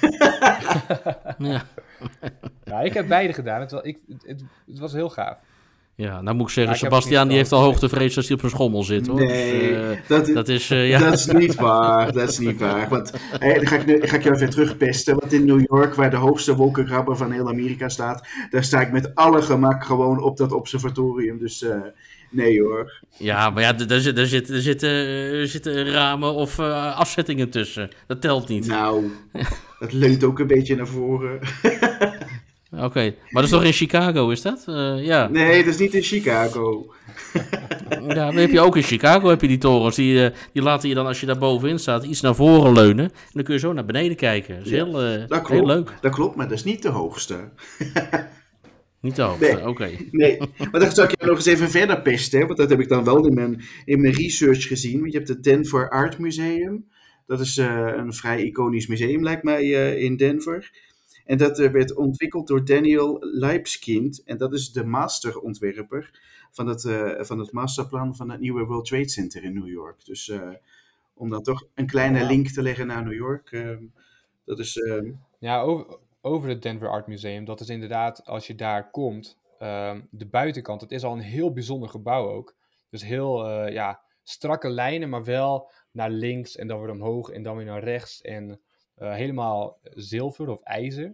ja. Ja, ik heb beide gedaan. Het was, ik, het, het was heel gaaf. Ja, nou moet ik zeggen, ja, Sebastiaan die heeft al hoogtevrees als hij op zijn schommel zit, hoor. Nee, dus, uh, dat, dat, is, uh, ja. dat is niet waar. Dat is niet waar. Want, hey, dan ga ik, nu, ga ik jou even terugpesten. Want in New York, waar de hoogste wolkenkrabber van heel Amerika staat, daar sta ik met alle gemak gewoon op dat observatorium. Dus uh, Nee hoor. Ja, maar ja, d- daar, zit, daar, zit, er, zitten, er zitten ramen of uh, afzettingen tussen. Dat telt niet. Nou, dat leunt ook een beetje naar voren. Oké, okay. Maar dat is toch in Chicago, is dat? Uh, ja. Nee, dat is niet in Chicago. Ja, dan heb je ook in Chicago heb je die torens. Die, uh, die laten je dan, als je daar bovenin staat, iets naar voren leunen. En dan kun je zo naar beneden kijken. Dat is ja, heel, uh, dat heel leuk. Dat klopt, maar dat is niet de hoogste. Niet de hoogste, nee. oké. Okay. Nee, maar dan zal ik je nog eens even verder pesten. Want dat heb ik dan wel in mijn, in mijn research gezien. Want je hebt het Denver Art Museum. Dat is uh, een vrij iconisch museum, lijkt mij, uh, in Denver. En dat uh, werd ontwikkeld door Daniel Libeskind. En dat is de masterontwerper van het, uh, van het masterplan van het nieuwe World Trade Center in New York. Dus uh, om dan toch een kleine link te leggen naar New York. Uh, dat is... Uh... Ja, over, over het Denver Art Museum. Dat is inderdaad, als je daar komt, uh, de buitenkant. Het is al een heel bijzonder gebouw ook. Dus heel, uh, ja, strakke lijnen, maar wel naar links en dan weer omhoog en dan weer naar rechts. En uh, helemaal zilver of ijzer.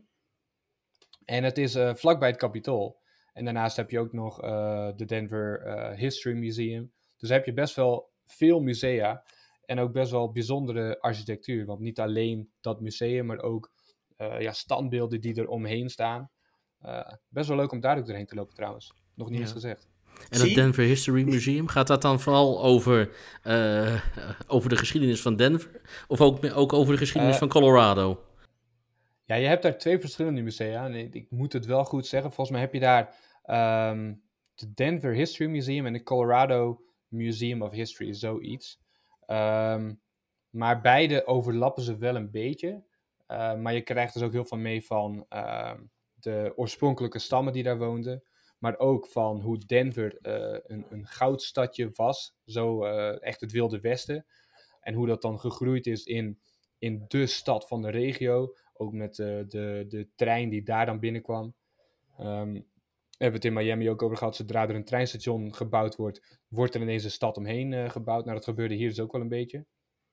En het is uh, vlakbij het Capitool. En daarnaast heb je ook nog uh, de Denver uh, History Museum. Dus heb je best wel veel musea. En ook best wel bijzondere architectuur. Want niet alleen dat museum, maar ook uh, ja, standbeelden die er omheen staan. Uh, best wel leuk om daar ook doorheen te lopen trouwens. Nog niet ja. eens gezegd. En het Denver History Museum, gaat dat dan vooral over, uh, over de geschiedenis van Denver? Of ook, ook over de geschiedenis uh, van Colorado? Ja, je hebt daar twee verschillende musea. En ik moet het wel goed zeggen. Volgens mij heb je daar um, de Denver History Museum en de Colorado Museum of History, zoiets. Um, maar beide overlappen ze wel een beetje. Uh, maar je krijgt dus ook heel veel mee van uh, de oorspronkelijke stammen die daar woonden. Maar ook van hoe Denver uh, een, een goudstadje was. Zo uh, echt het Wilde Westen. En hoe dat dan gegroeid is in, in de stad van de regio. Ook met uh, de, de trein die daar dan binnenkwam. Um, we hebben het in Miami ook over gehad. Zodra er een treinstation gebouwd wordt, wordt er ineens een stad omheen uh, gebouwd. Nou, dat gebeurde hier dus ook wel een beetje.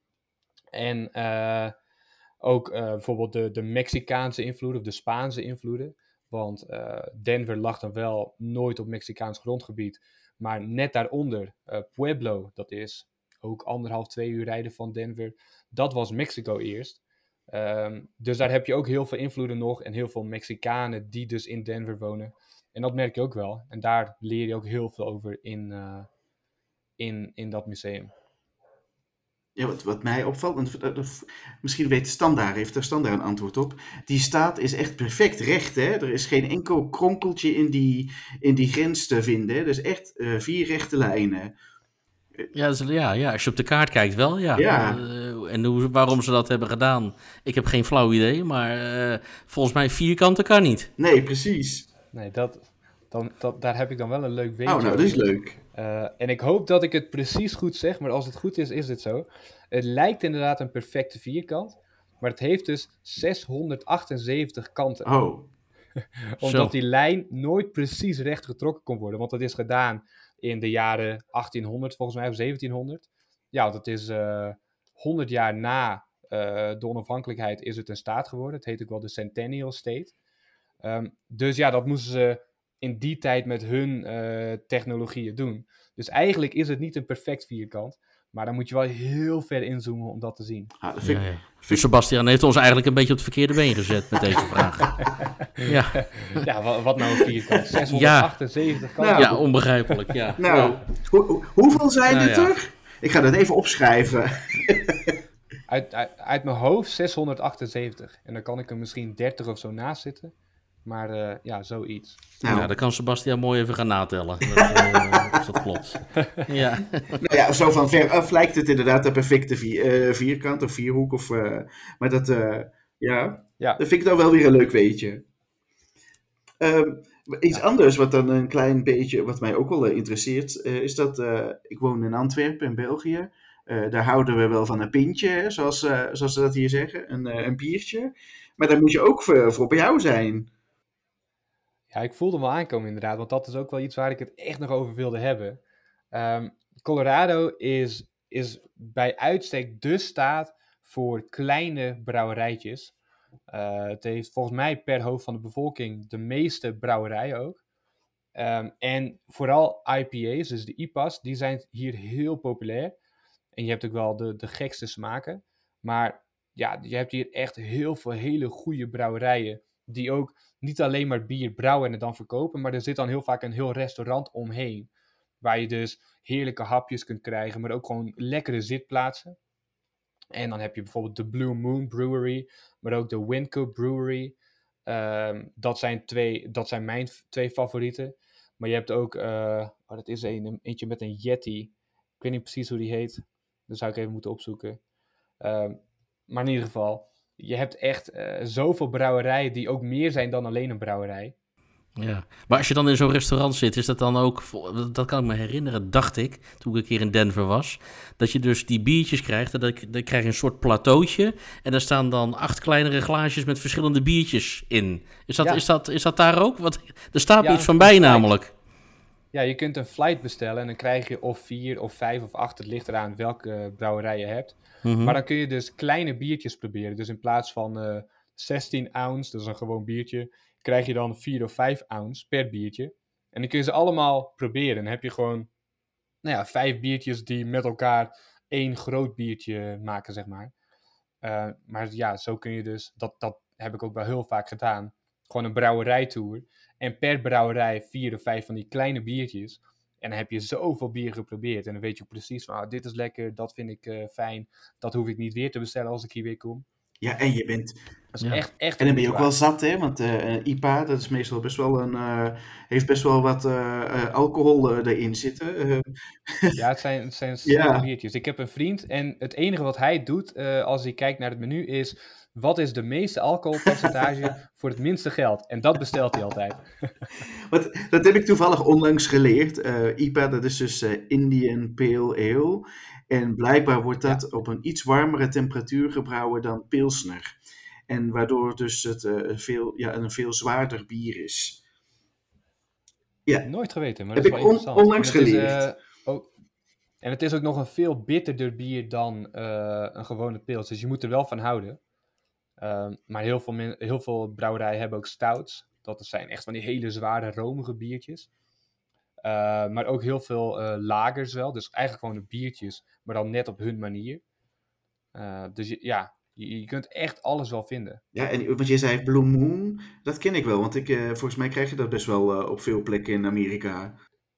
En uh, ook uh, bijvoorbeeld de, de Mexicaanse invloeden of de Spaanse invloeden. Want uh, Denver lag dan wel nooit op Mexicaans grondgebied. Maar net daaronder, uh, Pueblo, dat is ook anderhalf, twee uur rijden van Denver. Dat was Mexico eerst. Um, dus daar heb je ook heel veel invloeden nog en heel veel Mexicanen die dus in Denver wonen. En dat merk je ook wel. En daar leer je ook heel veel over in, uh, in, in dat museum. Ja, wat, wat mij opvalt, en misschien weet Standaard, heeft er Standaard een antwoord op. Die staat is echt perfect recht, hè. Er is geen enkel kronkeltje in die, in die grens te vinden. Hè? Dus echt uh, vier rechte lijnen. Ja, dus, ja, ja, als je op de kaart kijkt wel, ja. ja. Uh, en hoe, waarom ze dat hebben gedaan, ik heb geen flauw idee. Maar uh, volgens mij vierkanten kan niet. Nee, precies. Nee, dat, dan, dat, daar heb ik dan wel een leuk weetje Oh, nou, dat is leuk. Uh, en ik hoop dat ik het precies goed zeg, maar als het goed is, is het zo. Het lijkt inderdaad een perfecte vierkant, maar het heeft dus zeshonderdachtenzeventig kanten. Oh. Omdat die lijn nooit precies recht getrokken kon worden, want dat is gedaan in de jaren achttienhonderd volgens mij, of zeventienhonderd. Ja, dat is uh, honderd jaar na uh, de onafhankelijkheid is het een staat geworden. Het heet ook wel de Centennial State. Um, dus ja, dat moesten ze in die tijd met hun uh, technologieën doen. Dus eigenlijk is het niet een perfect vierkant. Maar dan moet je wel heel ver inzoomen om dat te zien. Ah, dat vind ik, ja, ja. Dus Sebastian heeft ons eigenlijk een beetje op het verkeerde been gezet met deze vraag. ja, ja wat, wat nou een vierkant? zeshonderdachtenzeventig ja. kanten? Ja, onbegrijpelijk. Ja. Nou, ja. Ho- ho- hoeveel zijn nou, er ja. er? Ik ga dat even opschrijven. uit, uit, uit mijn hoofd zeshonderdachtenzeventig. En dan kan ik er misschien dertig of zo naast zitten. Maar uh, ja, zoiets. Nou, nou, dan kan Sebastian mooi even gaan natellen. Dat, uh, of dat klopt. Ja. Nou ja, zo van ver af lijkt het inderdaad een perfecte vier, uh, vierkant of vierhoek. Of, uh, maar dat, uh, ja, ja, dat vind ik dan wel weer een leuk weetje. Um, iets ja. anders wat dan een klein beetje, wat mij ook wel uh, interesseert, uh, is dat uh, ik woon in Antwerpen in België. Uh, daar houden we wel van een pintje, hè, zoals, uh, zoals ze dat hier zeggen, een, uh, een biertje. Maar daar moet je ook voor, voor bij jou zijn. Ja, ik voelde hem wel aankomen inderdaad, want dat is ook wel iets waar ik het echt nog over wilde hebben. Um, Colorado is, is bij uitstek de staat voor kleine brouwerijtjes. Uh, het heeft volgens mij per hoofd van de bevolking de meeste brouwerijen ook. Um, en vooral I P A's, dus de I P A's, die zijn hier heel populair. En je hebt ook wel de, de gekste smaken. Maar ja, je hebt hier echt heel veel hele goede brouwerijen. Die ook niet alleen maar bier brouwen en het dan verkopen. Maar er zit dan heel vaak een heel restaurant omheen. Waar je dus heerlijke hapjes kunt krijgen. Maar ook gewoon lekkere zitplaatsen. En dan heb je bijvoorbeeld de Blue Moon Brewery. Maar ook de Winco Brewery. Um, dat, zijn twee, dat zijn mijn f- twee favorieten. Maar je hebt ook... Uh, oh, dat is een, eentje met een Yeti. Ik weet niet precies hoe die heet. Dat zou ik even moeten opzoeken. Um, maar in ieder geval, je hebt echt uh, zoveel brouwerijen die ook meer zijn dan alleen een brouwerij. Ja, maar als je dan in zo'n restaurant zit, is dat dan ook, dat kan ik me herinneren, dacht ik, toen ik een keer in Denver was, dat je dus die biertjes krijgt, en dan, dan krijg je een soort plateautje, en daar staan dan acht kleinere glaasjes met verschillende biertjes in. Is dat, Ja. is dat, is dat daar ook? Want er staat Ja, iets van bij flight. namelijk. Ja, je kunt een flight bestellen en dan krijg je of vier of vijf of acht, het ligt eraan welke brouwerij je hebt. Mhm. Maar dan kun je dus kleine biertjes proberen. Dus in plaats van uh, zestien ounce, dat is een gewoon biertje, krijg je dan vier of vijf ounce per biertje. En dan kun je ze allemaal proberen. Dan heb je gewoon nou ja, vijf biertjes die met elkaar één groot biertje maken, zeg maar. Uh, maar ja, zo kun je dus, dat, dat heb ik ook wel heel vaak gedaan, gewoon een brouwerijtour. En per brouwerij vier of vijf van die kleine biertjes. En dan heb je zoveel bier geprobeerd. En dan weet je ook precies van, ah, dit is lekker, dat vind ik uh, fijn. Dat hoef ik niet weer te bestellen als ik hier weer kom. Ja, en je bent... Dat is Ja. echt, echt En dan ben je ook waar. wel zat, hè? Want uh, een I P A, dat is meestal best wel een... Uh, heeft best wel wat uh, uh, alcohol uh, erin zitten. Uh, Ja, het zijn, het zijn slechte Ja. biertjes. Ik heb een vriend en het enige wat hij doet uh, als hij kijkt naar het menu is... Wat is de meeste alcoholpercentage voor het minste geld? En dat bestelt hij altijd. Wat, dat heb ik toevallig onlangs geleerd. Uh, I P A, dat is dus uh, Indian Pale Ale. En blijkbaar wordt dat Ja. op een iets warmere temperatuur gebrouwen dan Pilsner. En waardoor dus het uh, veel, ja, een veel zwaarder bier is. Ja, Nooit geweten, maar heb dat is ik wel on, interessant. onlangs En het is, geleerd. uh, ook, en het is ook nog een veel bitterder bier dan uh, een gewone pils. Dus je moet er wel van houden. Uh, maar heel veel, men, heel veel brouwerijen hebben ook stouts. Dat zijn echt van die hele zware, romige biertjes. Uh, maar ook heel veel uh, lagers wel. Dus eigenlijk gewoon de biertjes, maar dan net op hun manier. Uh, dus je, ja, je, je kunt echt alles wel vinden. Ja, en want je zei Blue Moon, dat ken ik wel. Want ik, uh, volgens mij krijg je dat best wel uh, op veel plekken in Amerika.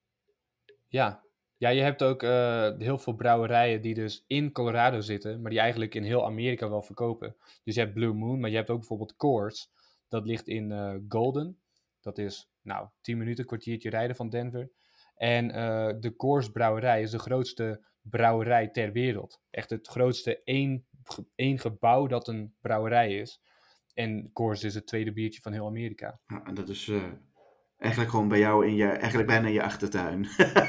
Ja. Ja, je hebt ook uh, heel veel brouwerijen die dus in Colorado zitten, maar die eigenlijk in heel Amerika wel verkopen. Dus je hebt Blue Moon, maar je hebt ook bijvoorbeeld Coors. Dat ligt in uh, Golden. Dat is, nou, tien minuten, een kwartiertje rijden van Denver. En uh, de Coors brouwerij is de grootste brouwerij ter wereld. Echt het grootste één, één gebouw dat een brouwerij is. En Coors is het tweede biertje van heel Amerika. Ja, en dat is uh, eigenlijk gewoon bij jou in je, eigenlijk bijna in je achtertuin.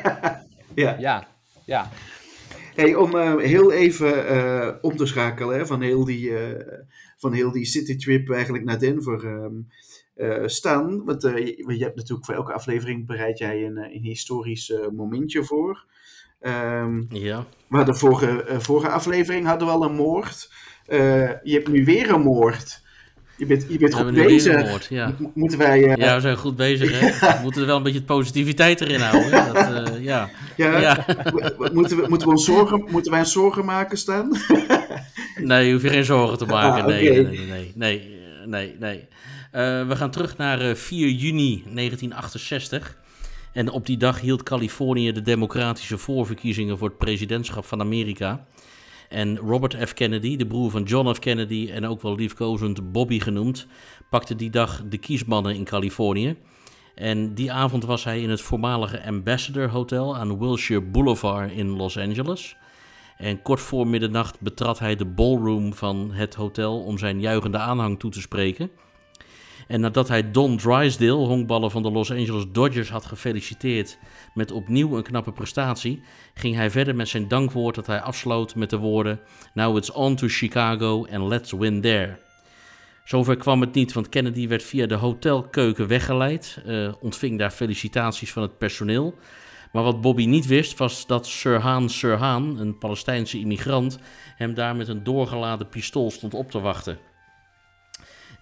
Ja. Ja, ja. Hey, om uh, heel even uh, om te schakelen hè, van, heel die, uh, van heel die citytrip eigenlijk naar Denver um, uh, staan. Want uh, je, je hebt natuurlijk voor elke aflevering bereid jij een, een historisch uh, momentje voor. Um, Ja. Maar de vorige, uh, vorige aflevering hadden we al een moord. Uh, je hebt nu weer een moord. Je bent, je bent We goed hebben nu weer bezig. een moord, ja. Mo- moeten wij... Uh, Ja, we zijn goed bezig, hè? We moeten er wel een beetje de positiviteit erin houden. Hè? Dat, uh, ja. ja, Ja. m- moeten, we, moeten, we ons zorgen, moeten wij ons zorgen maken, Stan? Nee, je hoeft je geen zorgen te maken. Ah, Nee, oké. nee, nee, nee, nee, nee, nee. Uh, we gaan terug naar uh, vier juni negentien achtenzestig. En op die dag hield Californië de democratische voorverkiezingen voor het presidentschap van Amerika. En Robert F. Kennedy, de broer van John F. Kennedy en ook wel liefkozend Bobby genoemd, pakte die dag de kiesmannen in Californië. En die avond was hij in het voormalige Ambassador Hotel aan Wilshire Boulevard in Los Angeles. En kort voor middernacht betrad hij de ballroom van het hotel om zijn juichende aanhang toe te spreken. En nadat hij Don Drysdale, honkballer van de Los Angeles Dodgers, had gefeliciteerd met opnieuw een knappe prestatie, ging hij verder met zijn dankwoord dat hij afsloot met de woorden "Now it's on to Chicago and let's win there." Zover kwam het niet, want Kennedy werd via de hotelkeuken weggeleid, uh, ontving daar felicitaties van het personeel. Maar wat Bobby niet wist, was dat Sirhan Sirhan, een Palestijnse immigrant, hem daar met een doorgeladen pistool stond op te wachten.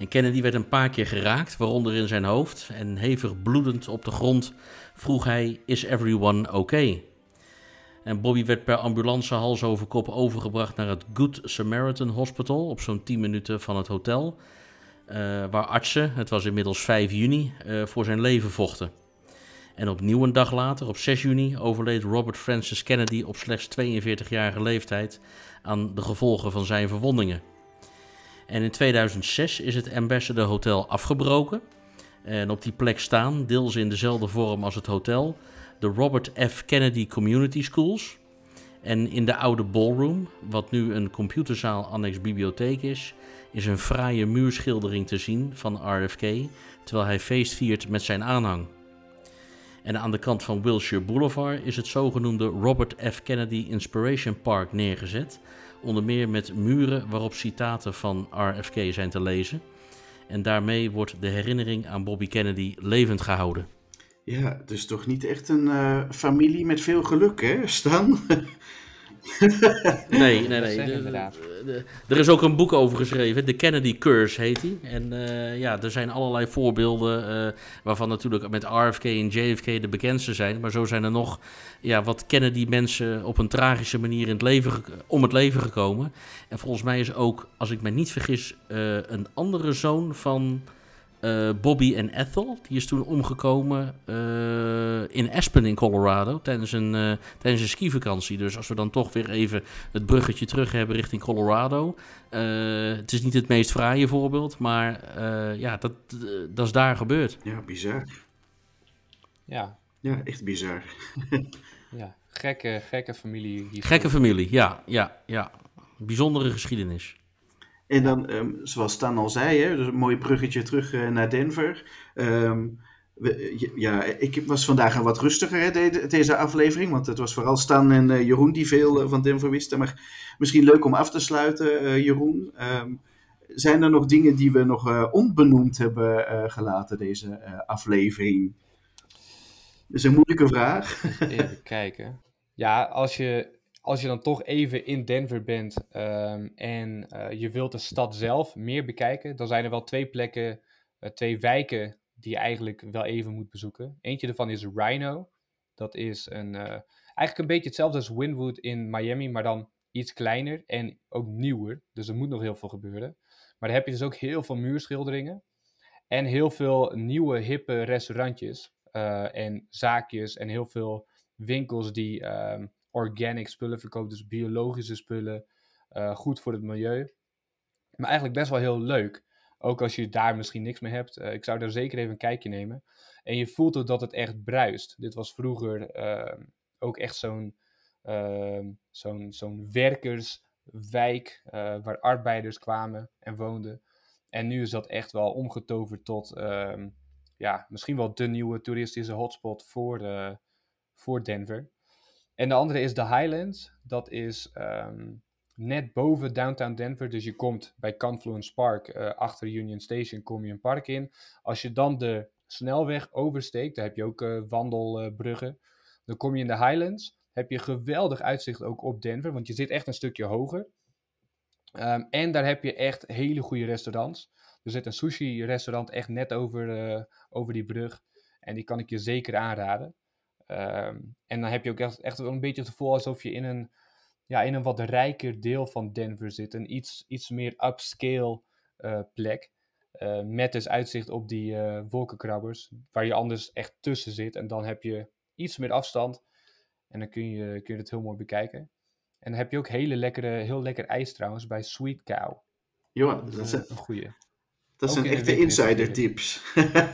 En Kennedy werd een paar keer geraakt, waaronder in zijn hoofd. En hevig bloedend op de grond vroeg hij, is everyone okay? En Bobby werd per ambulance hals over kop overgebracht naar het Good Samaritan Hospital op zo'n tien minuten van het hotel. Uh, waar artsen, het was inmiddels vijf juni, uh, voor zijn leven vochten. En opnieuw een dag later, op zes juni, overleed Robert Francis Kennedy op slechts tweeënveertigjarige leeftijd aan de gevolgen van zijn verwondingen. En in tweeduizend zes is het Ambassador Hotel afgebroken. En op die plek staan, deels in dezelfde vorm als het hotel, de Robert F. Kennedy Community Schools. En in de oude ballroom, wat nu een computerzaal annex bibliotheek is, is een fraaie muurschildering te zien van R F K, terwijl hij feest viert met zijn aanhang. En aan de kant van Wilshire Boulevard is het zogenoemde Robert F. Kennedy Inspiration Park neergezet, onder meer met muren waarop citaten van R F K zijn te lezen. En daarmee wordt de herinnering aan Bobby Kennedy levend gehouden. Ja, dus toch niet echt een uh, familie met veel geluk, hè, Stan? Nee, nee, nee. De, de, de, er is ook een boek over geschreven, The Kennedy Curse heet die. En uh, ja, er zijn allerlei voorbeelden, uh, waarvan natuurlijk met R F K en J F K de bekendste zijn. Maar zo zijn er nog ja, wat Kennedy-mensen op een tragische manier in het leven, om het leven gekomen. En volgens mij is ook, als ik me niet vergis, uh, een andere zoon van Uh, Bobby en Ethel, die is toen omgekomen uh, in Aspen in Colorado tijdens een, uh, tijdens een skivakantie. Dus als we dan toch weer even het bruggetje terug hebben richting Colorado. Uh, het is niet het meest fraaie voorbeeld, maar uh, ja, dat, uh, dat is daar gebeurd. Ja, bizar. Ja. Ja, echt bizar. Ja, gekke, gekke familie. Gekke familie, ja, ja, ja. Bijzondere geschiedenis. En dan, um, zoals Stan al zei, hè, dus een mooi bruggetje terug uh, naar Denver. Um, we, ja, ik was vandaag wat rustiger, hè, de, deze aflevering, want het was vooral Stan en uh, Jeroen die veel uh, van Denver wisten. Maar misschien leuk om af te sluiten, uh, Jeroen. Um, zijn er nog dingen die we nog uh, onbenoemd hebben uh, gelaten, deze uh, aflevering? Dat is een moeilijke vraag. Even kijken. Ja, als je... Als je dan toch even in Denver bent um, en uh, je wilt de stad zelf meer bekijken, dan zijn er wel twee plekken, uh, twee wijken die je eigenlijk wel even moet bezoeken. Eentje daarvan is Rhino. Dat is een, uh, eigenlijk een beetje hetzelfde als Wynwood in Miami, maar dan iets kleiner en ook nieuwer. Dus er moet nog heel veel gebeuren. Maar daar heb je dus ook heel veel muurschilderingen en heel veel nieuwe hippe restaurantjes uh, en zaakjes en heel veel winkels die... Um, organic spullen verkoopt, dus biologische spullen, uh, goed voor het milieu. Maar eigenlijk best wel heel leuk. Ook als je daar misschien niks mee hebt. Uh, ik zou daar zeker even een kijkje nemen. En je voelt ook dat het echt bruist. Dit was vroeger uh, ook echt zo'n, uh, zo'n, zo'n werkerswijk uh, waar arbeiders kwamen en woonden. En nu is dat echt wel omgetoverd tot uh, ja, misschien wel de nieuwe toeristische hotspot voor, uh, voor Denver. En de andere is de Highlands. Dat is um, net boven downtown Denver. Dus je komt bij Confluence Park, uh, achter Union Station, kom je een park in. Als je dan de snelweg oversteekt, daar heb je ook uh, wandelbruggen. Uh, dan kom je in de Highlands. Heb je geweldig uitzicht ook op Denver, want je zit echt een stukje hoger. Um, en daar heb je echt hele goede restaurants. Er zit een sushi-restaurant echt net over, uh, over die brug. En die kan ik je zeker aanraden. Um, en dan heb je ook echt, echt een beetje het gevoel alsof je in een, ja, in een wat rijker deel van Denver zit. Een iets, iets meer upscale uh, plek. Uh, met dus uitzicht op die uh, wolkenkrabbers. Waar je anders echt tussen zit. En dan heb je iets meer afstand. En dan kun je, kun je het heel mooi bekijken. En dan heb je ook hele lekkere, heel lekker ijs trouwens bij Sweet Cow. Ja, dat, dat is een, een goeie. Dat zijn echte insider tips.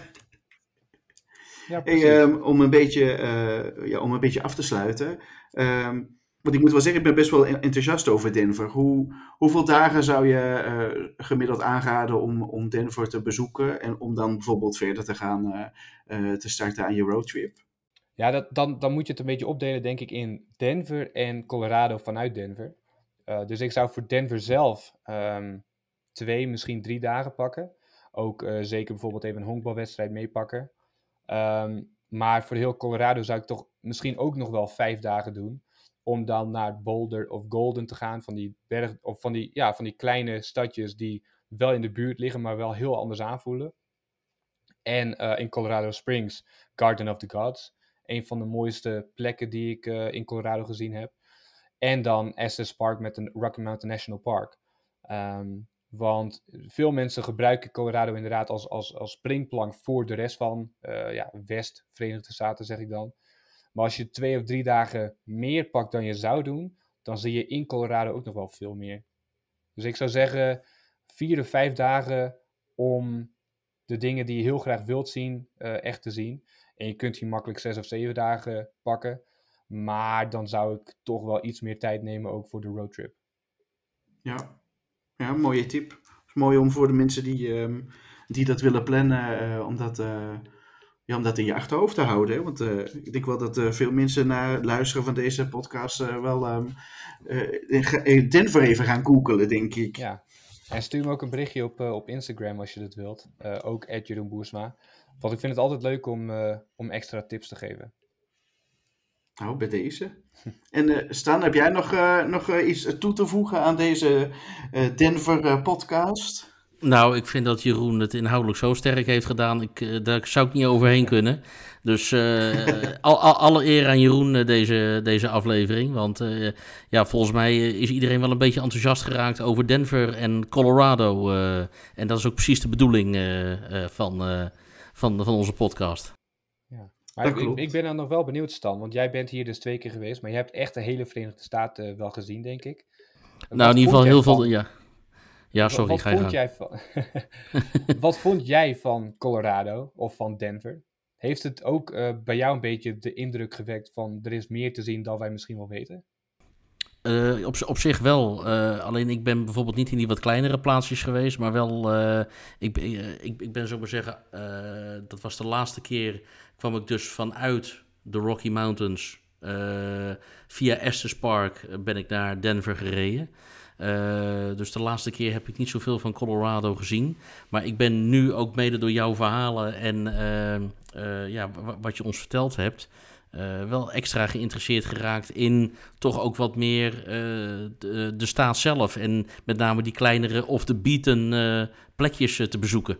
Ja, hey, um, om, een beetje, uh, ja, om een beetje af te sluiten. Um, want ik moet wel zeggen, ik ben best wel enthousiast over Denver. Hoe, hoeveel dagen zou je uh, gemiddeld aanraden om, om Denver te bezoeken? En om dan bijvoorbeeld verder te gaan uh, uh, te starten aan je roadtrip? Ja, dat, dan, dan moet je het een beetje opdelen, denk ik, in Denver en Colorado vanuit Denver. Uh, dus ik zou voor Denver zelf um, twee, misschien drie dagen pakken. Ook uh, zeker bijvoorbeeld even een honkbalwedstrijd meepakken. Um, maar voor heel Colorado zou ik toch misschien ook nog wel vijf dagen doen. Om dan naar Boulder of Golden te gaan. Van die, berg, of van die, ja, van die kleine stadjes die wel in de buurt liggen, maar wel heel anders aanvoelen. En uh, in Colorado Springs, Garden of the Gods. Een van de mooiste plekken die ik uh, in Colorado gezien heb. En dan Estes Park met een Rocky Mountain National Park. Um, want veel mensen gebruiken Colorado inderdaad als, als, als springplank voor de rest van uh, ja, West-Verenigde Staten, zeg ik dan. Maar als je twee of drie dagen meer pakt dan je zou doen, dan zie je in Colorado ook nog wel veel meer. Dus ik zou zeggen, vier of vijf dagen om de dingen die je heel graag wilt zien, uh, echt te zien. En je kunt hier makkelijk zes of zeven dagen pakken. Maar dan zou ik toch wel iets meer tijd nemen ook voor de roadtrip. Ja, ja, mooie tip. Het is mooi om voor de mensen die, um, die dat willen plannen, uh, om, dat, uh, ja, om dat in je achterhoofd te houden. Hè? Want uh, ik denk wel dat uh, veel mensen na het luisteren van deze podcast uh, wel um, uh, Denver even gaan googelen, denk ik. Ja, en stuur me ook een berichtje op, uh, op Instagram als je dat wilt. Uh, ook at Jeroen Boersma. Want ik vind het altijd leuk om, uh, om extra tips te geven. Nou, bij deze. En uh, Stan, heb jij nog, uh, nog uh, iets toe te voegen aan deze uh, Denver uh, podcast? Nou, ik vind dat Jeroen het inhoudelijk zo sterk heeft gedaan. Ik, uh, daar zou ik niet overheen kunnen. Dus uh, al, al, alle eer aan Jeroen uh, deze, deze aflevering. Want uh, ja, volgens mij uh, is iedereen wel een beetje enthousiast geraakt over Denver en Colorado. Uh, en dat is ook precies de bedoeling uh, uh, van, uh, van, van onze podcast. Ja. Maar ik, ik ben dan nog wel benieuwd, Stan, want jij bent hier dus twee keer geweest, maar je hebt echt de hele Verenigde Staten wel gezien, denk ik. En nou, in ieder geval heel van... veel, ja. Ja, sorry, wat, ga je vond gaan. Jij van... wat vond jij van Colorado of van Denver? Heeft het ook uh, bij jou een beetje de indruk gewekt van er is meer te zien dan wij misschien wel weten? Uh, op, op zich wel. Uh, alleen ik ben bijvoorbeeld niet in die wat kleinere plaatsjes geweest, maar wel, uh, ik, uh, ik, ik ben zo maar zeggen, uh, dat was de laatste keer, kwam ik dus vanuit de Rocky Mountains, uh, via Estes Park uh, ben ik naar Denver gereden. Uh, dus de laatste keer heb ik niet zoveel van Colorado gezien. Maar ik ben nu ook mede door jouw verhalen en uh, uh, ja, w- wat je ons verteld hebt, Uh, wel extra geïnteresseerd geraakt in toch ook wat meer uh, de, de staat zelf. En met name die kleinere of de beaten uh, plekjes uh, te bezoeken.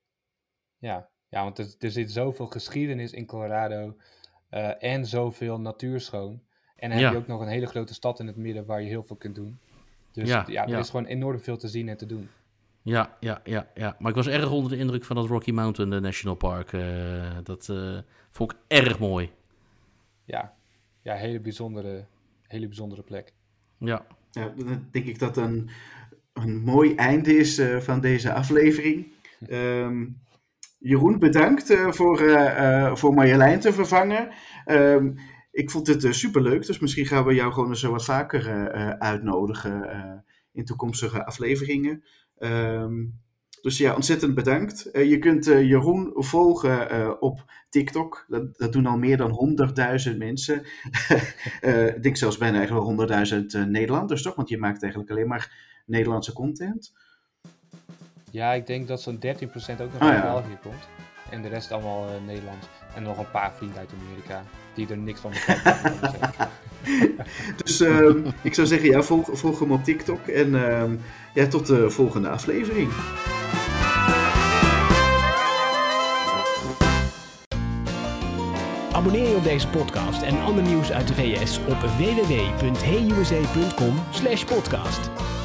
Ja, ja want er, er zit zoveel geschiedenis in Colorado uh, en zoveel natuurschoon. En dan ja. heb je ook nog een hele grote stad in het midden waar je heel veel kunt doen. Dus ja, ja er ja. is gewoon enorm veel te zien en te doen. Ja, ja, ja, ja. Maar ik was erg onder de indruk van dat Rocky Mountain National Park. Uh, dat uh, vond ik erg mooi. Ja, ja, hele bijzondere, hele bijzondere plek. Ja. Ja, dan denk ik dat een, een mooi einde is uh, van deze aflevering. Um, Jeroen, bedankt uh, voor, uh, uh, voor Marjolein te vervangen. Um, ik vond het uh, superleuk, dus misschien gaan we jou gewoon eens wat vaker uh, uitnodigen uh, in toekomstige afleveringen. Um, Dus ja, ontzettend bedankt. Uh, je kunt uh, Jeroen volgen uh, op TikTok. Dat, dat doen al meer dan honderdduizend mensen. uh, ik denk zelfs bijna eigenlijk wel honderdduizend uh, Nederlanders, toch? Want je maakt eigenlijk alleen maar Nederlandse content. Ja, ik denk dat zo'n dertien procent ook nog ah, uit ja. België komt. En de rest allemaal uh, Nederlands. En nog een paar vrienden uit Amerika die er niks van begrijpen. Dus uh, ik zou zeggen, ja, volg, volg hem op TikTok. En uh, ja, tot de volgende aflevering. Abonneer je op deze podcast en ander nieuws uit de V S op w w w punt hey u s a punt com slash podcast.